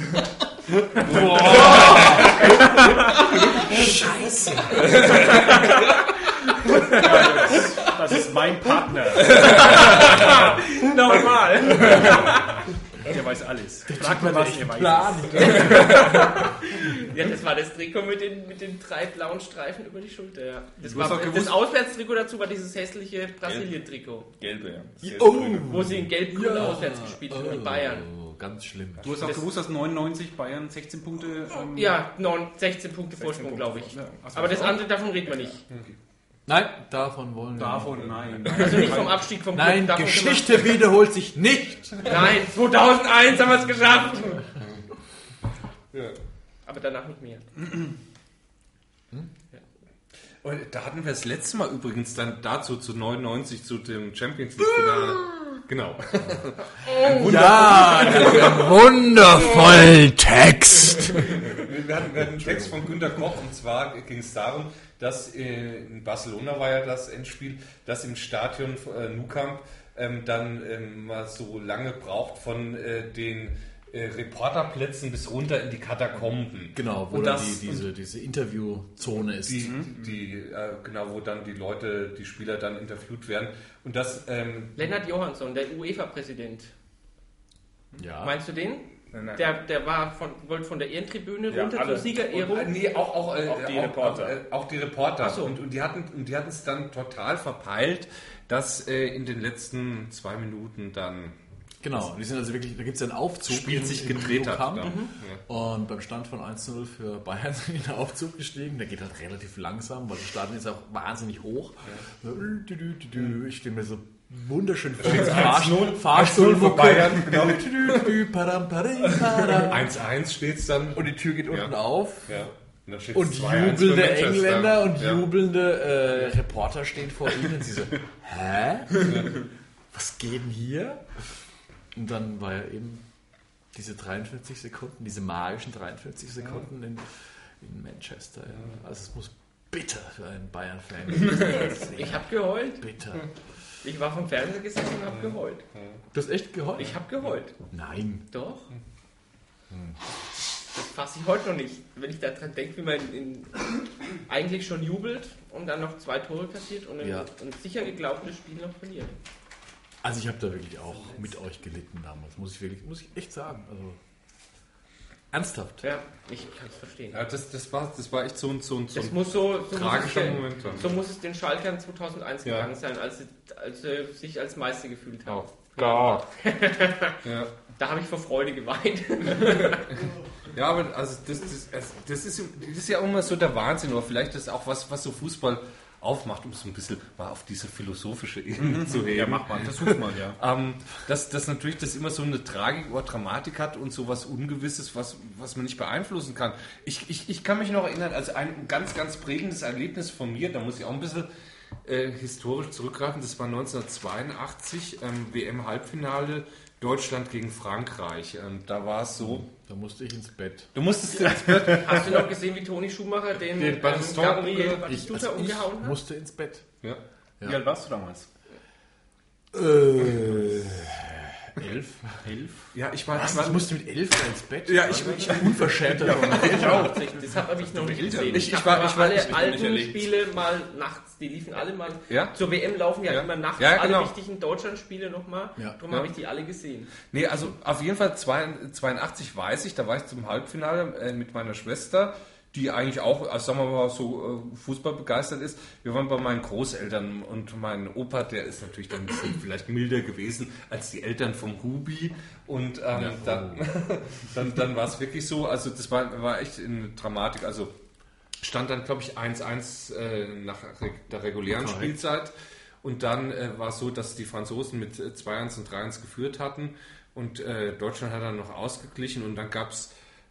Scheiße. Das ist mein Partner. Nochmal. Der weiß alles. Frag mal, was er weiß. Ja, das war das Trikot mit den, mit den drei blauen Streifen über die Schulter. Ja. Das, Du hast war, auch das gewusst- Auswärtstrikot dazu war dieses hässliche Brasilien-Trikot, Gelbe, ja. Sehr Oh. grüne. wo sie in Gelb-Grün auswärts gespielt haben mit Bayern. Oh, ganz schlimm. Du hast auch Das- gewusst, dass neunundneunzig Bayern sechzehn Punkte... Ähm, Ja, neun, sechzehn Punkte Vorsprung, glaube ich. Ja, also Aber das so. andere, davon reden wir nicht. Nein, davon wollen wir Davon, nein. Also nicht vom Abstieg vom Nein, Club, davon Geschichte wiederholt sich nicht. können wir- Nein, zweitausendeins haben wir es geschafft. Ja. Aber danach nicht mehr. Und da hatten wir das letzte Mal übrigens dann dazu zu neunundneunzig zu dem Champions League Finale. Genau. Ja, einen wundervollen Text. Wir hatten, wir hatten einen Text von Günter Koch und zwar ging es darum, dass äh, in Barcelona war ja das Endspiel, dass im Stadion äh, Nou Camp ähm, dann ähm, mal so lange braucht von äh, den äh, Reporterplätzen bis runter in die Katakomben. Genau, wo Und dann das- die, diese, diese Interviewzone ist. Die, die äh, genau, wo dann die Leute, die Spieler dann interviewt werden. Und das ähm, Lennart Johansson, der UEFA-Präsident. Ja. Meinst du den? Nein, nein. Der, der war von, wollte von der Ehrentribüne Ja, runter alle. zur Siegerehrung. Und, nee, auch, auch, äh, Auch die auch, Reporter. Auch, äh, auch die Reporter. Ach so. Und, und die hatten und die hatten es dann total verpeilt, dass äh, in den letzten zwei Minuten dann Genau, die sind also wirklich, da gibt es ja einen Aufzug. Spiel im- sich im gedreht Nou hat. Camp. Da. Ja. Und beim Stand von eins zu null für Bayern sind die in den Aufzug gestiegen. Der geht halt relativ langsam, weil das Stadion ist auch wahnsinnig hoch. So, dü- dü- dü- dü. Ich stelle mir so wunderschön vor. Fahrstuhl, Fahrstuhl für Bayern, genau. Dü- dü- dü- param, parim, param. eins eins steht es dann. Und die Tür geht unten Ja. auf. Ja. Und, dann steht's Und zwei eins für jubelnde Manchester. Engländer und Ja. jubelnde äh, Reporter stehen vor ihnen und sie so, hä? Was geht denn hier? Und dann war ja eben diese dreiundvierzig Sekunden, diese magischen dreiundvierzig Sekunden in, in Manchester. Ja. Also es muss bitter für einen Bayern-Fan gewesen sein. Ich habe geheult. Bitter. Ich war vom Fernseher gesessen und habe geheult. Du hast echt geheult? Ich habe geheult. Nein. Doch. Das fasse ich heute noch nicht. Wenn ich daran denke, wie man in, in, eigentlich schon jubelt und dann noch zwei Tore kassiert und ein, Ja. ein sicher geglaubtes Spiel noch verliert. Also ich habe da wirklich auch mit euch gelitten damals, muss ich wirklich, muss ich echt sagen. Also ernsthaft. Ja, ich kann es verstehen. Ja, das, das, war, das war echt so ein, so ein, so Es ein muss so, so, muss es tragischer den, Moment dann. so muss es den Schalkern zweitausendeins Ja. gegangen sein, als sie, als sie sich als Meister gefühlt haben. Oh Gott. ja. Da habe ich vor Freude geweint. Ja, aber also das, das, das, ist, das ist ja auch immer so der Wahnsinn, oder vielleicht ist auch was, was so Fußball aufmacht, um so ein bisschen mal auf diese philosophische Ebene zu heben. Ja, mach mal, versuch mal, ja. Ähm, dass, dass natürlich das immer so eine Tragik oder Dramatik hat und so was Ungewisses, was, was man nicht beeinflussen kann. Ich, ich, ich kann mich noch erinnern, also ein ganz, ganz prägendes Erlebnis von mir, da muss ich auch ein bisschen äh, historisch zurückgreifen, das war neunzehnhundertzweiundachtzig, ähm, W M-Halbfinale, Deutschland gegen Frankreich. Ähm, da war es so, Da musste ich ins Bett. du musstest ins Bett. Hast du noch gesehen, wie Toni Schumacher den, Den ähm, Battiston- Gabriel Ich, Batistuta also ich umgehauen hat? musste ins Bett. Ja. Ja. Wie alt warst du damals? Äh, elf. Elf? Ja, ich war, Was? ich war Ich musste mit elf ins Bett? Ja, ich- ich unverschämt. Ja, Ich auch. Das habe ich noch nicht gesehen. Ich- ich hab war- aber ich war- alle ich- ich noch nicht alten erlebt. Spiele mal nachts, die liefen alle mal. Ja? Zur W M laufen ja, Ja. immer nachts Ja, genau. alle wichtigen Deutschlandspiele nochmal. Ja. Darum Ja. habe ich die alle gesehen. Nee, also auf jeden Fall zweiundachtzig weiß ich, da war ich zum Halbfinale äh, mit meiner Schwester, die eigentlich auch, also sagen wir mal, so äh, Fußball begeistert ist. Wir waren bei meinen Großeltern und mein Opa, der ist natürlich dann ein bisschen vielleicht milder gewesen als die Eltern vom Hubi. Und ähm, dann, dann, dann war es wirklich so, also das war, war echt eine Dramatik. Also stand dann, glaube ich, eins eins äh, nach re- der regulären Korrekt. Spielzeit. Und dann äh, war es so, dass die Franzosen mit äh, zwei eins und drei eins geführt hatten und äh, Deutschland hat dann noch ausgeglichen und dann gab es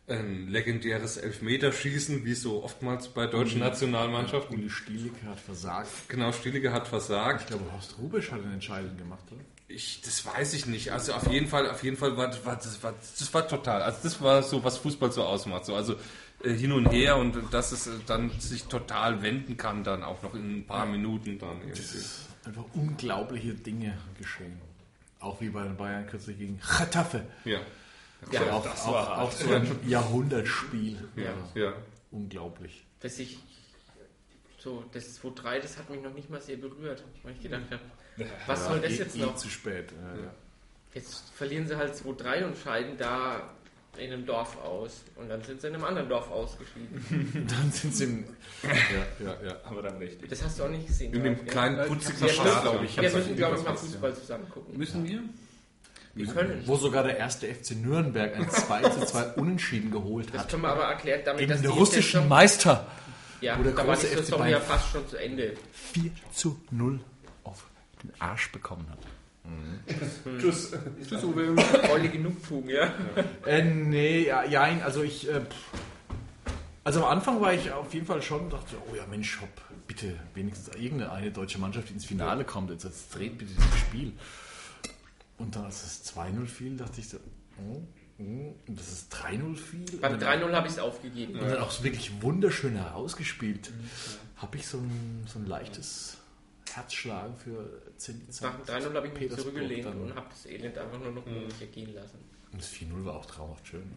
ein legendäres Elfmeterschießen, wie so oftmals bei deutschen Nationalmannschaften. Uli Stielicke hat versagt. Genau, Stielicke hat versagt. Ich glaube, Horst Rubisch hat eine Entscheidung gemacht, oder? Ich, das weiß ich nicht. Also auf jeden Fall, auf jeden Fall war, war, das, war das war total. Also das war so, was Fußball so ausmacht. So, also äh, hin und her und dass es äh, dann sich total wenden kann, dann auch noch in ein paar Minuten dann irgendwie. Einfach unglaubliche Dinge geschehen. Auch wie bei den Bayern kürzlich gegen Getafe. Ja. Ja, auch, das auch, war auch so ein Jahrhundertspiel. Ja. Also, Ja. unglaublich. dass ich so, das zwei drei, das hat mich noch nicht mal sehr berührt, weil ich gedacht habe, was soll das eh, jetzt eh noch? zu spät. Ja, ja. Jetzt verlieren sie halt zwei drei und scheiden da in einem Dorf aus. Und dann sind sie in einem anderen Dorf ausgeschieden. Dann sind sie im... Ja, ja, ja. Aber dann richtig. Das hast du auch nicht gesehen. In Ralf, dem ja? kleinen putzigen Wir Stadion. glaube ich. Wir hab's müssen, auf glaube ich, jeden mal Fall Fußball zusammen gucken. Müssen wir? Wir können. Wo sogar der erste F C Nürnberg ein zwei zu zwei Unentschieden geholt Das hat. können wir aber erklärt damit, Gegen dass den die russischen Saison- Meister. Ja, wo der da war die große F C Saison Bayern ja fast schon zu Ende. vier zu null auf den Arsch bekommen hat. Tschüss. Tschüss, Uwe. Volle Genugtuung, ja. Äh, nee, ja, ja, also ich... Äh, pff. Also am Anfang war ich auf jeden Fall schon, dachte, oh ja Mensch, hopp, bitte wenigstens irgendeine deutsche Mannschaft, die ins Finale kommt, jetzt, jetzt dreht bitte dieses Spiel. Und dann, als es zwei null fiel, dachte ich so, oh, oh, und das ist drei null fiel. Beim Und drei dann, null habe ich es aufgegeben. und dann auch so wirklich wunderschön herausgespielt. Habe ich so ein, so ein leichtes Herzschlagen für Zenit. Nach dem drei null habe ich mich Petersburg zurückgelehnt dann. und habe das Elend einfach nur noch über mich ergehen lassen. Und das vier null war auch traumhaft schön.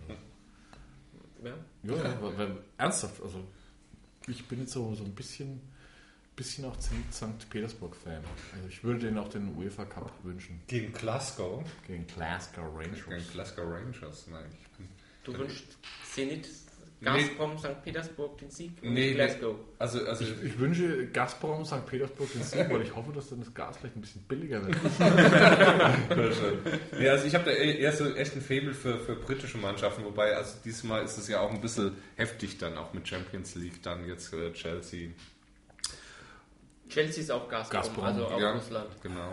Ja. Ja, ja, aber, aber ernsthaft, also ich bin jetzt so, so ein bisschen, bisschen auch Zenit Sankt Petersburg-Fan. Also ich würde denen auch den UEFA Cup wünschen. Gegen Glasgow. Gegen Glasgow Rangers. Gegen Glasgow Rangers. Nein, ich bin, Du wünschst Zenit, Gazprom, Sankt Petersburg den Sieg und Nee, Glasgow. also, also Ich, ich wünsche Gazprom Sankt Petersburg den Sieg, weil ich hoffe, dass dann das Gas vielleicht ein bisschen billiger wird. ja, also ich habe da eher so echt ein Faible für, für britische Mannschaften, wobei also diesmal ist es ja auch ein bisschen heftig dann, auch mit Champions League, dann jetzt äh, Chelsea. Chelsea ist auch Gazprom, Gazprom, also auch ja, Russland. genau.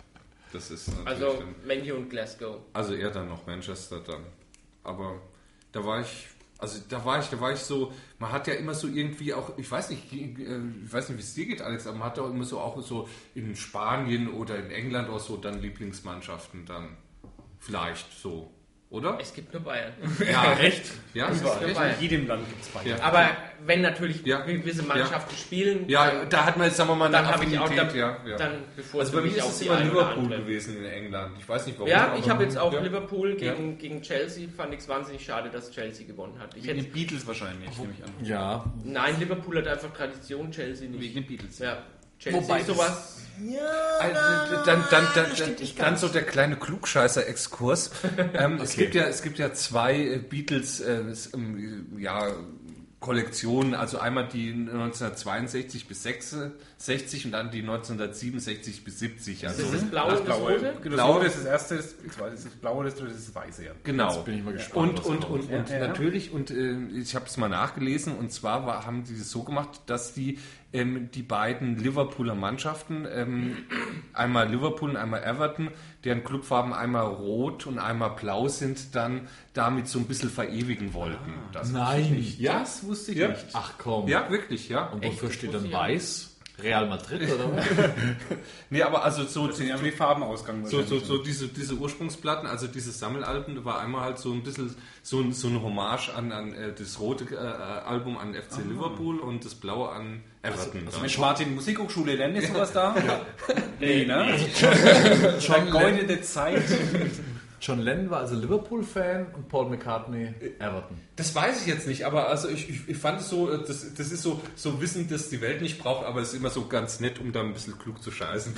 Das ist natürlich Also dann, Menu und Glasgow. also eher dann noch Manchester dann. Aber da war ich, also da war ich, da war ich so, man hat ja immer so irgendwie auch, ich weiß nicht, ich weiß nicht, wie es dir geht, Alex, aber man hat ja auch immer so auch so in Spanien oder in England auch so dann Lieblingsmannschaften dann. Vielleicht so, oder? Es gibt nur Bayern. Ja, echt? Ja, Es gibt nur Bayern. In jedem Land gibt es Bayern. Ja. Aber wenn natürlich Ja. gewisse Mannschaften spielen, Ja, dann, da hat man jetzt, sagen wir mal, dann eine habe ich auch Affinität, dann, ja, ja. dann bevor Also bei mir ist es immer Liverpool gewesen in England. Ich weiß nicht warum. Ja, aber- ich habe jetzt auch ja. Liverpool gegen, gegen Chelsea, fand ich es wahnsinnig schade, dass Chelsea gewonnen hat. Ich Wegen hätte, den Beatles wahrscheinlich, nehme ich an. Ja. nein, Liverpool hat einfach Tradition, Chelsea nicht. Wegen den Beatles. Ja, Chelsea Wobei ist sowas. Also, dann, dann, dann, dann, dann so der kleine Klugscheißer-Exkurs. ähm, es, gibt ja, es gibt ja zwei äh, Beatles äh, s- ähm, ja, Kollektionen, also einmal die neunzehnhundertzweiundsechzig bis sechsundsechzig und dann die neunzehnhundertsiebenundsechzig bis siebzig. Also, Das ist das Blaue und das Rote? Das Blau- Blaue ist das erste, das zweite ist das Blaue, das dritte ist das Weiße. Ja. genau. Jetzt bin ich mal gespannt, Und, was und, kommt. und, und Ja, ja. natürlich, und äh, ich habe es mal nachgelesen, und zwar war, haben die es so gemacht, dass die ähm, die beiden Liverpooler Mannschaften, ähm, einmal Liverpool und einmal Everton, deren Clubfarben einmal rot und einmal blau sind, dann damit so ein bisschen verewigen wollten. Das Nein. Ja, Das wusste ich Ja. nicht. Ach komm. ja, wirklich, ja. Und Echt? wofür Das steht wusste dann ich auch weiß? Real Madrid oder was? Nee, aber also so, Das sind ja die Farbenausgang. so, so, so diese, diese Ursprungsplatten, also diese Sammelalben, da war einmal halt so ein bisschen so ein, so eine Hommage an, an äh, das rote äh, Album an F C Liverpool und das blaue an Everton. Also ja. Mensch, Martin, Musikhochschule, lernt ihr sowas da? Ja. Nee, ne? John, Lennon, Vergeudete Zeit. John Lennon war also Liverpool-Fan und Paul McCartney Everton. Das weiß ich jetzt nicht, aber also ich, ich, ich fand es so, das, das ist so, so Wissen, das die Welt nicht braucht, aber es ist immer so ganz nett, um da ein bisschen klug zu scheißen.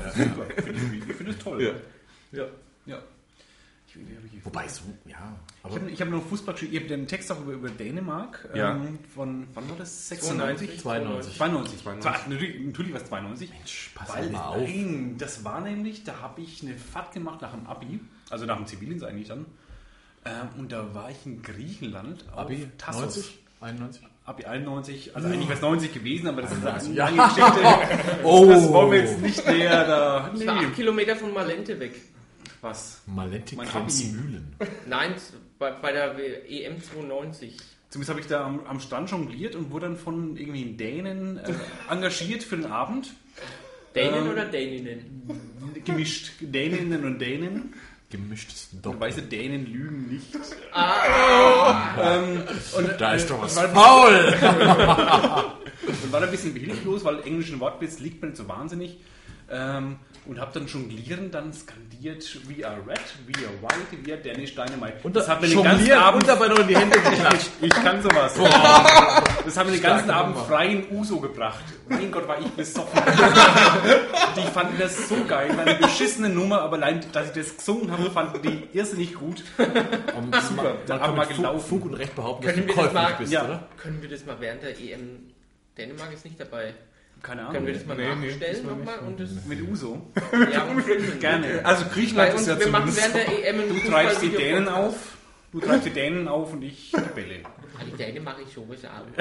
Ich finde es toll. Ja. Ja. Ja. Ich, ich, ich, Wobei so, ja. Ich habe ich hab noch Fußball geschrieben, ich habe den Text auch über, über Dänemark. Ja. Ähm, von, wann war das? sechsundneunzig? zweiundneunzig. zweiundneunzig. zweiundneunzig. Natürlich, natürlich war es zweiundneunzig. Mensch, pass Weil, mal auf. nein, das war nämlich, da habe ich eine Fahrt gemacht nach dem Abi, also nach dem Zivildienst eigentlich dann. Ähm, und da war ich in Griechenland auf Abi Tassos. neunzig? einundneunzig? Abi einundneunzig, also eigentlich wäre es neunzig gewesen, aber das ist eine Ja. lange Geschichte. Oh. Das wollen wir jetzt nicht näher da. Das war acht Kilometer von Malente weg. Was? Malenti Mein Kremsmühlen. Nein, bei, bei der E M zweiundneunzig. Zumindest habe ich da am, am Stand jongliert und wurde dann von irgendwie Dänen äh, engagiert für den Abend. Dänen Ähm, oder Däninnen? Gemischt. Däninnen und Dänen. Gemischtes Du Doppel. weißt, Dänen lügen nicht. Ah. Ähm, und, Da ist äh, doch was war- faul! Und war da ein bisschen hilflos, weil englischen Wortwitz liegt mir nicht so wahnsinnig. Ähm, und habe dann jonglierend dann skandiert, we are red, we are white, we are Danish Dynamite. Und das hat mir den ganzen jonglieren Abend... und dabei noch in die Hände geklatscht. Ich kann sowas. Das haben wir den ganzen Starke Abend Nummer. freien Uso gebracht. Mein Gott, war ich besoffen. Die fanden das so geil, war eine beschissene Nummer, aber allein, dass ich das gesungen habe, fanden die irrsinnig gut. Und Super, man haben kann wir mit Fug, gelaufen. Fug und Recht behaupten, dass Können du wir das käuflich mal- bist, ja. oder? Können wir das mal während der E M... Dänemark ist nicht dabei. Keine Können Ahnung. wir das mal Nee, nee, nachstellen nochmal? Und das, Mit Uso? ja, und filmen. Gerne. Also Bei Griechenland uns, ist ja wir machen zumindest... während der E M einen Du treibst die Fußball-Video- Dänen auf. Du treibst die Dänen auf und ich die Bälle. Ah, die Dänen mache ich schon heute Abend.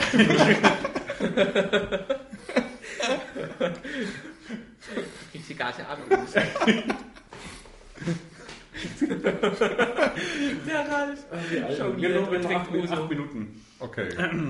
Kriegst die ganze Abend. Der Ralf. Schon Wir wieder haben noch trinkt acht, Uso. acht Minuten. Okay,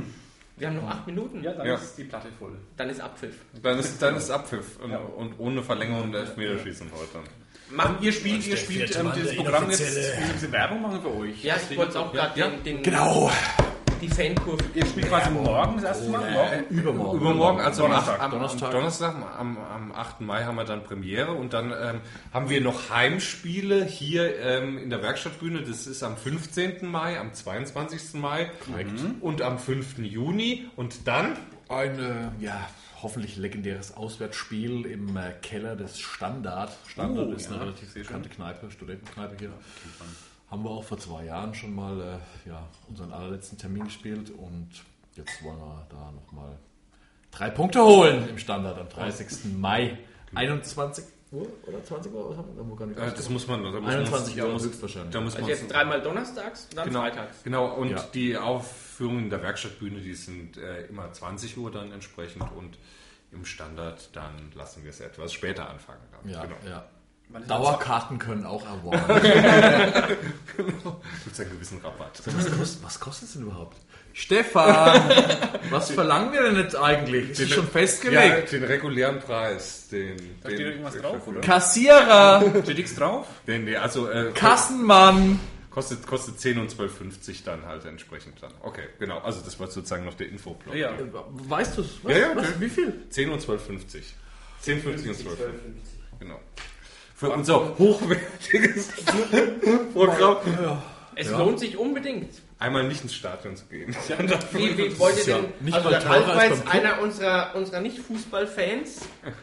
Wir haben noch acht Minuten. Ja, dann Ja. ist die Platte voll. Dann ist Abpfiff. dann ist, dann ist Abpfiff und, und ohne Verlängerung der Elfmeterschießen heute. Machen Ihr spielt, ihr spielt ähm, das Programm jetzt, wir müssen ein bisschen Werbung machen für euch. Ja, ich wollte es auch gerade Ja. den, den, Genau. die Fankurve. Ihr spielt quasi morgen das erste Mal. Morgen? Übermorgen. Übermorgen, also Donnerstag. am, am, Donnerstag. am Donnerstag, am, am achten Mai haben wir dann Premiere und dann ähm, haben wir noch Heimspiele hier ähm, in der Werkstattbühne. Das ist am fünfzehnten Mai, am zweiundzwanzigsten Mai und am fünften Juni und dann Ein äh, ja, hoffentlich legendäres Auswärtsspiel im äh, Keller des Standard. Standard Oh, ist eine ja, relativ sehr bekannte Kneipe, Studentenkneipe hier. Haben wir auch vor zwei Jahren schon mal äh, ja, unseren allerletzten Termin gespielt und jetzt wollen wir da nochmal drei Punkte holen im Standard am dreißigsten Mai. einundzwanzig Uhr oder zwanzig Uhr? Was haben wir? Da haben wir gar nicht äh, das muss man, da muss man einundzwanzig da Uhr muss, höchstwahrscheinlich. da muss Also man jetzt dreimal donnerstags und dann genau, freitags. genau und Ja. die Aufführungen der Werkstattbühne, die sind äh, immer zwanzig Uhr dann entsprechend und im Standard dann lassen wir es etwas später anfangen. Dann. Ja, Genau. ja. Wann ist Dauerkarten können auch erworben werden. Gibt es einen gewissen Rabatt. was, kostet, was kostet es denn überhaupt? Stefan, was verlangen wir denn jetzt eigentlich? Das ist schon Ja, festgelegt. den regulären Preis, den. Da den steht irgendwas drauf, oder? Kassierer, Steht nichts drauf? Den, nee, also äh, Kassenmann. kostet, kostet zehn und zwölf fünfzig dann halt entsprechend dann. Okay, genau. Also das war sozusagen noch der Infoblock. Ja. Weißt du es? Was, Ja, ja, was, okay. wie viel? zehn und zwölf fünfzig. zehn fünfzig und zwölf fünfzig. Genau. Für unser hochwertiges Programm. Es Ja. lohnt sich unbedingt. Einmal nicht ins Stadion zu gehen. Wie, wie wollt ihr ja denn, nicht also mal der teurer Ralf war als jetzt beim Club. einer unserer, unserer Nicht-Fußball-Fans.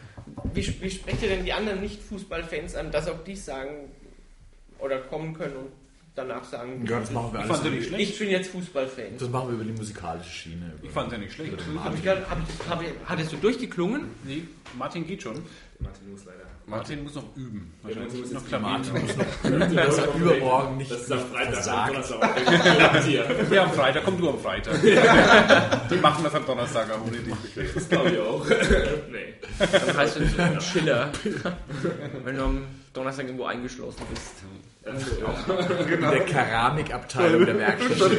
Wie, wie sprecht ihr denn die anderen Nicht-Fußball-Fans an, dass auch die sagen oder kommen können und danach sagen, Ja, das machen wir Ich alles. fand ja nicht über, schlecht. ich bin jetzt Fußballfan. das machen wir über die musikalische Schiene. Ich fand es ja nicht schlecht. Hab ich grad, hab ich, hab ich, hattest du durchgeklungen? Nee, Martin geht schon. Martin muss leider. Martin muss noch üben. Wahrscheinlich muss muss noch noch Klavier Martin üben. muss noch dass er übermorgen nicht Das ist am Freitag, am versagt. Donnerstag. Hier. Ja, am Freitag. Komm du am Freitag. Die machen das am Donnerstag auch ohne dich. Das glaube ich auch. Nee. Dann heißt du so ein Schiller, wenn du am Donnerstag irgendwo eingeschlossen bist. In der Keramikabteilung der Werkstatt.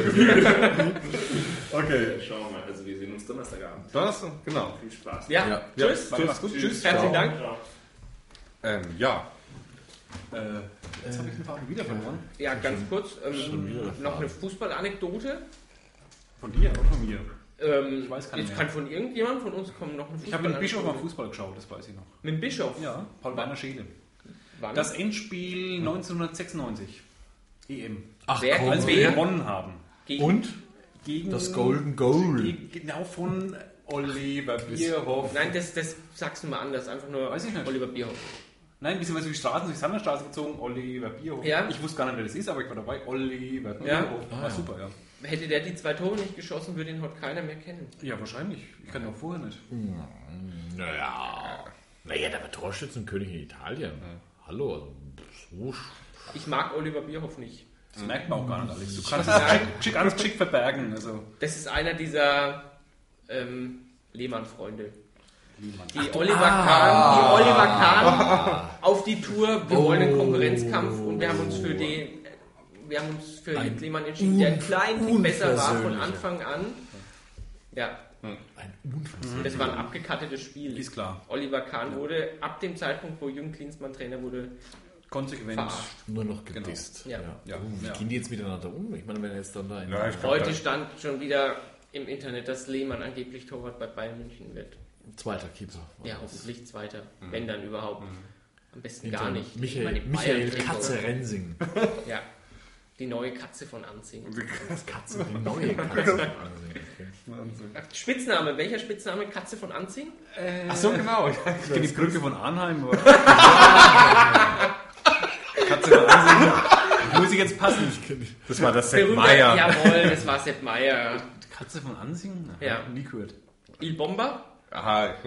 Okay. Schauen wir mal. Also wir sehen uns Donnerstagabend. Donnerstag, genau. Viel Spaß. Ja, Ja. tschüss. Warte, mach's gut. Tschüss. Herzlichen Dank. Ähm, ja. Äh, jetzt habe ich den Faden wieder verloren. Ja, ganz kurz, schon wieder ähm, der noch eine Fußballanekdote. Von dir oder von mir? Ähm, Ich weiß keine jetzt mehr. kann von irgendjemand von uns kommen noch eine Ich habe mit dem Bischof mal Fußballanekdote. Fußball geschaut, das weiß ich noch. Mit dem Bischof? Ja, Paul Werner Scheele. Wann? Das Endspiel neunzehnhundertsechsundneunzig. E M. Ach Wer- komm, Als wir wer? gewonnen haben. Gegen- Und? Gegen Das Golden Goal. Gegen, genau von Oliver Bierhoff. Nein, das, das sagst du mal anders. Einfach nur Weiß ich nicht. Oliver Bierhoff. Nein, beziehungsweise die Straßen, die Sandnerstraße gezogen, Oliver Bierhoff. Ja. Ich wusste gar nicht, wer das ist, aber ich war dabei. Oliver Ja. Bierhoff. Ah, War ja. super, ja. Hätte der die zwei Tore nicht geschossen, würde ihn heute keiner mehr kennen. Ja, wahrscheinlich. Ich kann ihn auch vorher nicht. Naja. Naja, der war Torschützenkönig in Italien. Hallo, also so sch- Ich mag Oliver Bierhoff nicht. Das merkt man auch gar nicht, Alex. Du kannst es schick, schick, ganz schick verbergen. Also, Das ist einer dieser ähm, Lehmann-Freunde. niemand. Die Oliver Kahn, die Oliver Kahn auf die Tour. Wir Oh. wollen einen Konkurrenzkampf und wir haben uns für den, wir haben uns für Ein Jürgen Klemann entschieden, der ein klein Tick besser war von unversöhnlicher. Anfang an. Ja, Ein Unfassbar. das war ein abgekattetes Spiel. Ist klar. Oliver Kahn wurde ab dem Zeitpunkt, wo Jürgen Klinsmann Trainer wurde, Konsequent. verarscht. Nur noch gedisst. Ja. Ja. Oh, wie Ja. gehen die jetzt miteinander um? Ich meine, wenn er jetzt dann da in Ja, ich glaub, Heute da- stand schon wieder im Internet, dass Lehmann angeblich Torwart bei Bayern München wird. zweiter Keeper. Ja, hoffentlich Zweiter, wenn dann überhaupt. Am besten Hinter gar nicht. Michael, Immer die Michael Bayern-Trikot. Katze Rensing. Ja, die neue Katze von Anzing. Katze, die neue Katze. Okay. Spitzname, welcher Spitzname Katze von Anzing? Ach so, genau. Ich kenne die Brücke von Arnheim. aber- Katze von Ansehen. Muss ich jetzt passen? Das war das Sepp Berühmter- Meier. Jawohl, das war Sepp Meier. Katze von Ansingen? Ja. Nie gehört. Il Bomber, Aha, ja.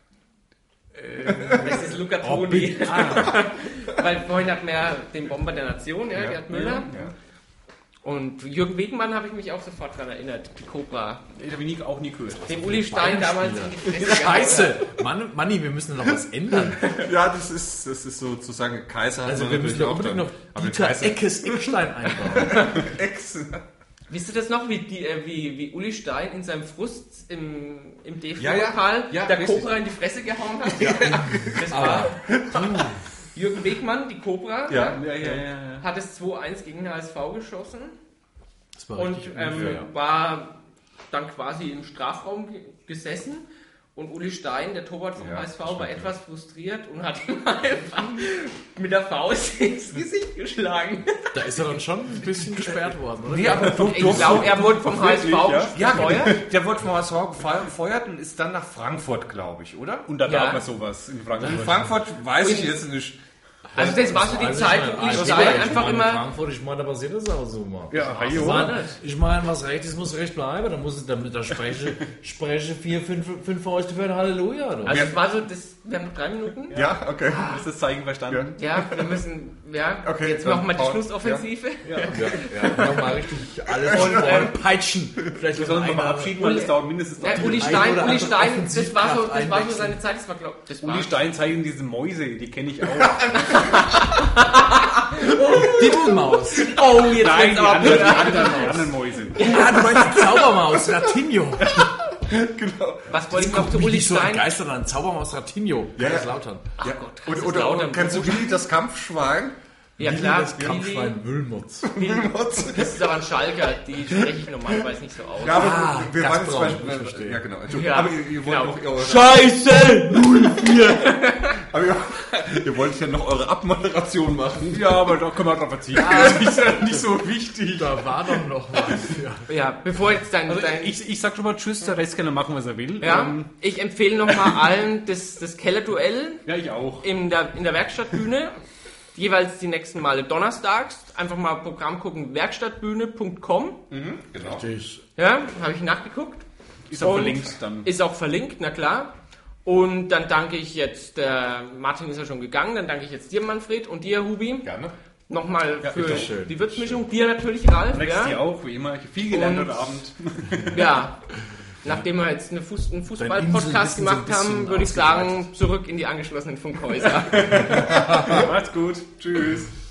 das ist Luca Toni. Weil vorhin hatten wir ja den Bomber der Nation, ja, Gerd Müller. Und Jürgen Wegmann habe ich mich auch sofort daran erinnert, die Cobra. Ich habe nie, auch nie gehört. Dem Uli Stein damals in die Fresse Scheiße! Mann, Manni, wir müssen noch was ändern. Ja, das ist, das ist sozusagen Kaiser. Also hat wir man müssen doch natürlich unbedingt auch noch dann- aber Dieter Kaiser- Eckes Eckstein einbauen. Ex. Wisst ihr das noch, wie, die, äh, wie, wie Uli Stein in seinem Frust im, im D Ja, ja. F-Pokal Ja, der richtig. Cobra in die Fresse gehauen hat? Das war Jürgen Wegmann, die Cobra, Ja. Ja, ja, ja. ja. hat es zwei eins gegen den H S V geschossen Das war und richtig ähm, unfair. war dann quasi im Strafraum ge- gesessen. Und Uli Stein, der Torwart vom Ja, H S V, stimmt, war ja. etwas frustriert und hat ihm einfach mit der Faust ins Gesicht geschlagen. Da ist er dann schon ein bisschen gesperrt worden, oder? Nee, aber du, Ich glaube, er wurde vom H S V ja, gefeuert. der wurde vom H S V gefeuert und ist dann nach Frankfurt, glaube ich, oder? Und da Ja. darf man sowas in Frankreich. In Frankfurt weiß ich jetzt nicht. Also das war so die Also Zeit, ich wo meine, Uli also Stein ich einfach meine, in immer... Frankfurt, ich meine, da passiert das auch so mal. Ja, ich hallo. meine, ich meine, was recht ist, muss recht bleiben. Da muss ich, damit da spreche, spreche vier, fünf, fünf Fäuste für ein Halleluja. Du. Also es war so, das, wir haben noch drei Minuten. Ja, okay. Hast du das Zeichen verstanden? Ja, wir müssen, ja, Okay, jetzt dann machen wir die Paul, Schlussoffensive. ja, ja, nochmal richtig alles Und, ähm, peitschen. Vielleicht Wir sollen uns nochmal abschieden, weil das dauert mindestens noch. Ja, Uli ein Stein, oder Uli andere Stein, das war so, Offensivkraft das war so einwechseln. seine Zeit, das war, glaub, das war, Uli Stein zeigen diese Mäuse, die kenne ich auch. Diddelmaus. oh, jetzt Nein, wird's die aber anderen, die blöd. anderen, die anderen Mäuse. Ja, du meinst die Zaubermaus, Ratinho. Was wollte ich Guck noch zu mich Uli nicht so Stein? entgeistert an Zaubermaus Ratinho. Ja, ja. Lautern. Ach Gott, Und, das oder, ist oder Lautern. kennst du Willi das Kampfschwein? Ja klar, Das Kampfschwein Wühlmutz. Willi, das ist aber ein Schalker, die spreche ich normalerweise nicht so aus. Ja, aber Ah, wir das waren jetzt brauche ich zum nicht Beispiel. verstehen. Ja, genau. Ja, aber ihr, ihr wollt genau. noch eure, Scheiße! aber ihr, ihr wollt ja noch eure Abmoderation machen. Ja, aber da können wir drauf verzichten. Das ist ja nicht so wichtig. Da war doch noch was. Ja. Ja, bevor jetzt dein, Also dein ich, ich sag schon mal Tschüss, der Rest kann er machen, was er will. ja, Ähm, ich empfehle nochmal allen das, das Kellerduell ja, ich auch. in der, in der Werkstattbühne. Jeweils die nächsten Male donnerstags. Einfach mal Programm gucken, werkstattbühne punkt com. Genau. Ja, habe ich nachgeguckt. Ist auch Und verlinkt dann. Ist auch verlinkt, na klar. Und dann danke ich jetzt, der Martin ist ja schon gegangen, dann danke ich jetzt dir, Manfred, und dir, Hubi. Gerne. Nochmal für bitteschön. die Würzmischung. Dir natürlich, Ralf. Nächstes Ja. Jahr auch, wie immer. Ich habe viel gelernt Und- heute Abend. ja. Nachdem wir jetzt eine Fuß, einen Fußball-Podcast Inselwissen so ein gemacht bisschen haben, würde ich sagen, zurück in die angeschlossenen Funkhäuser. Macht's gut. Tschüss.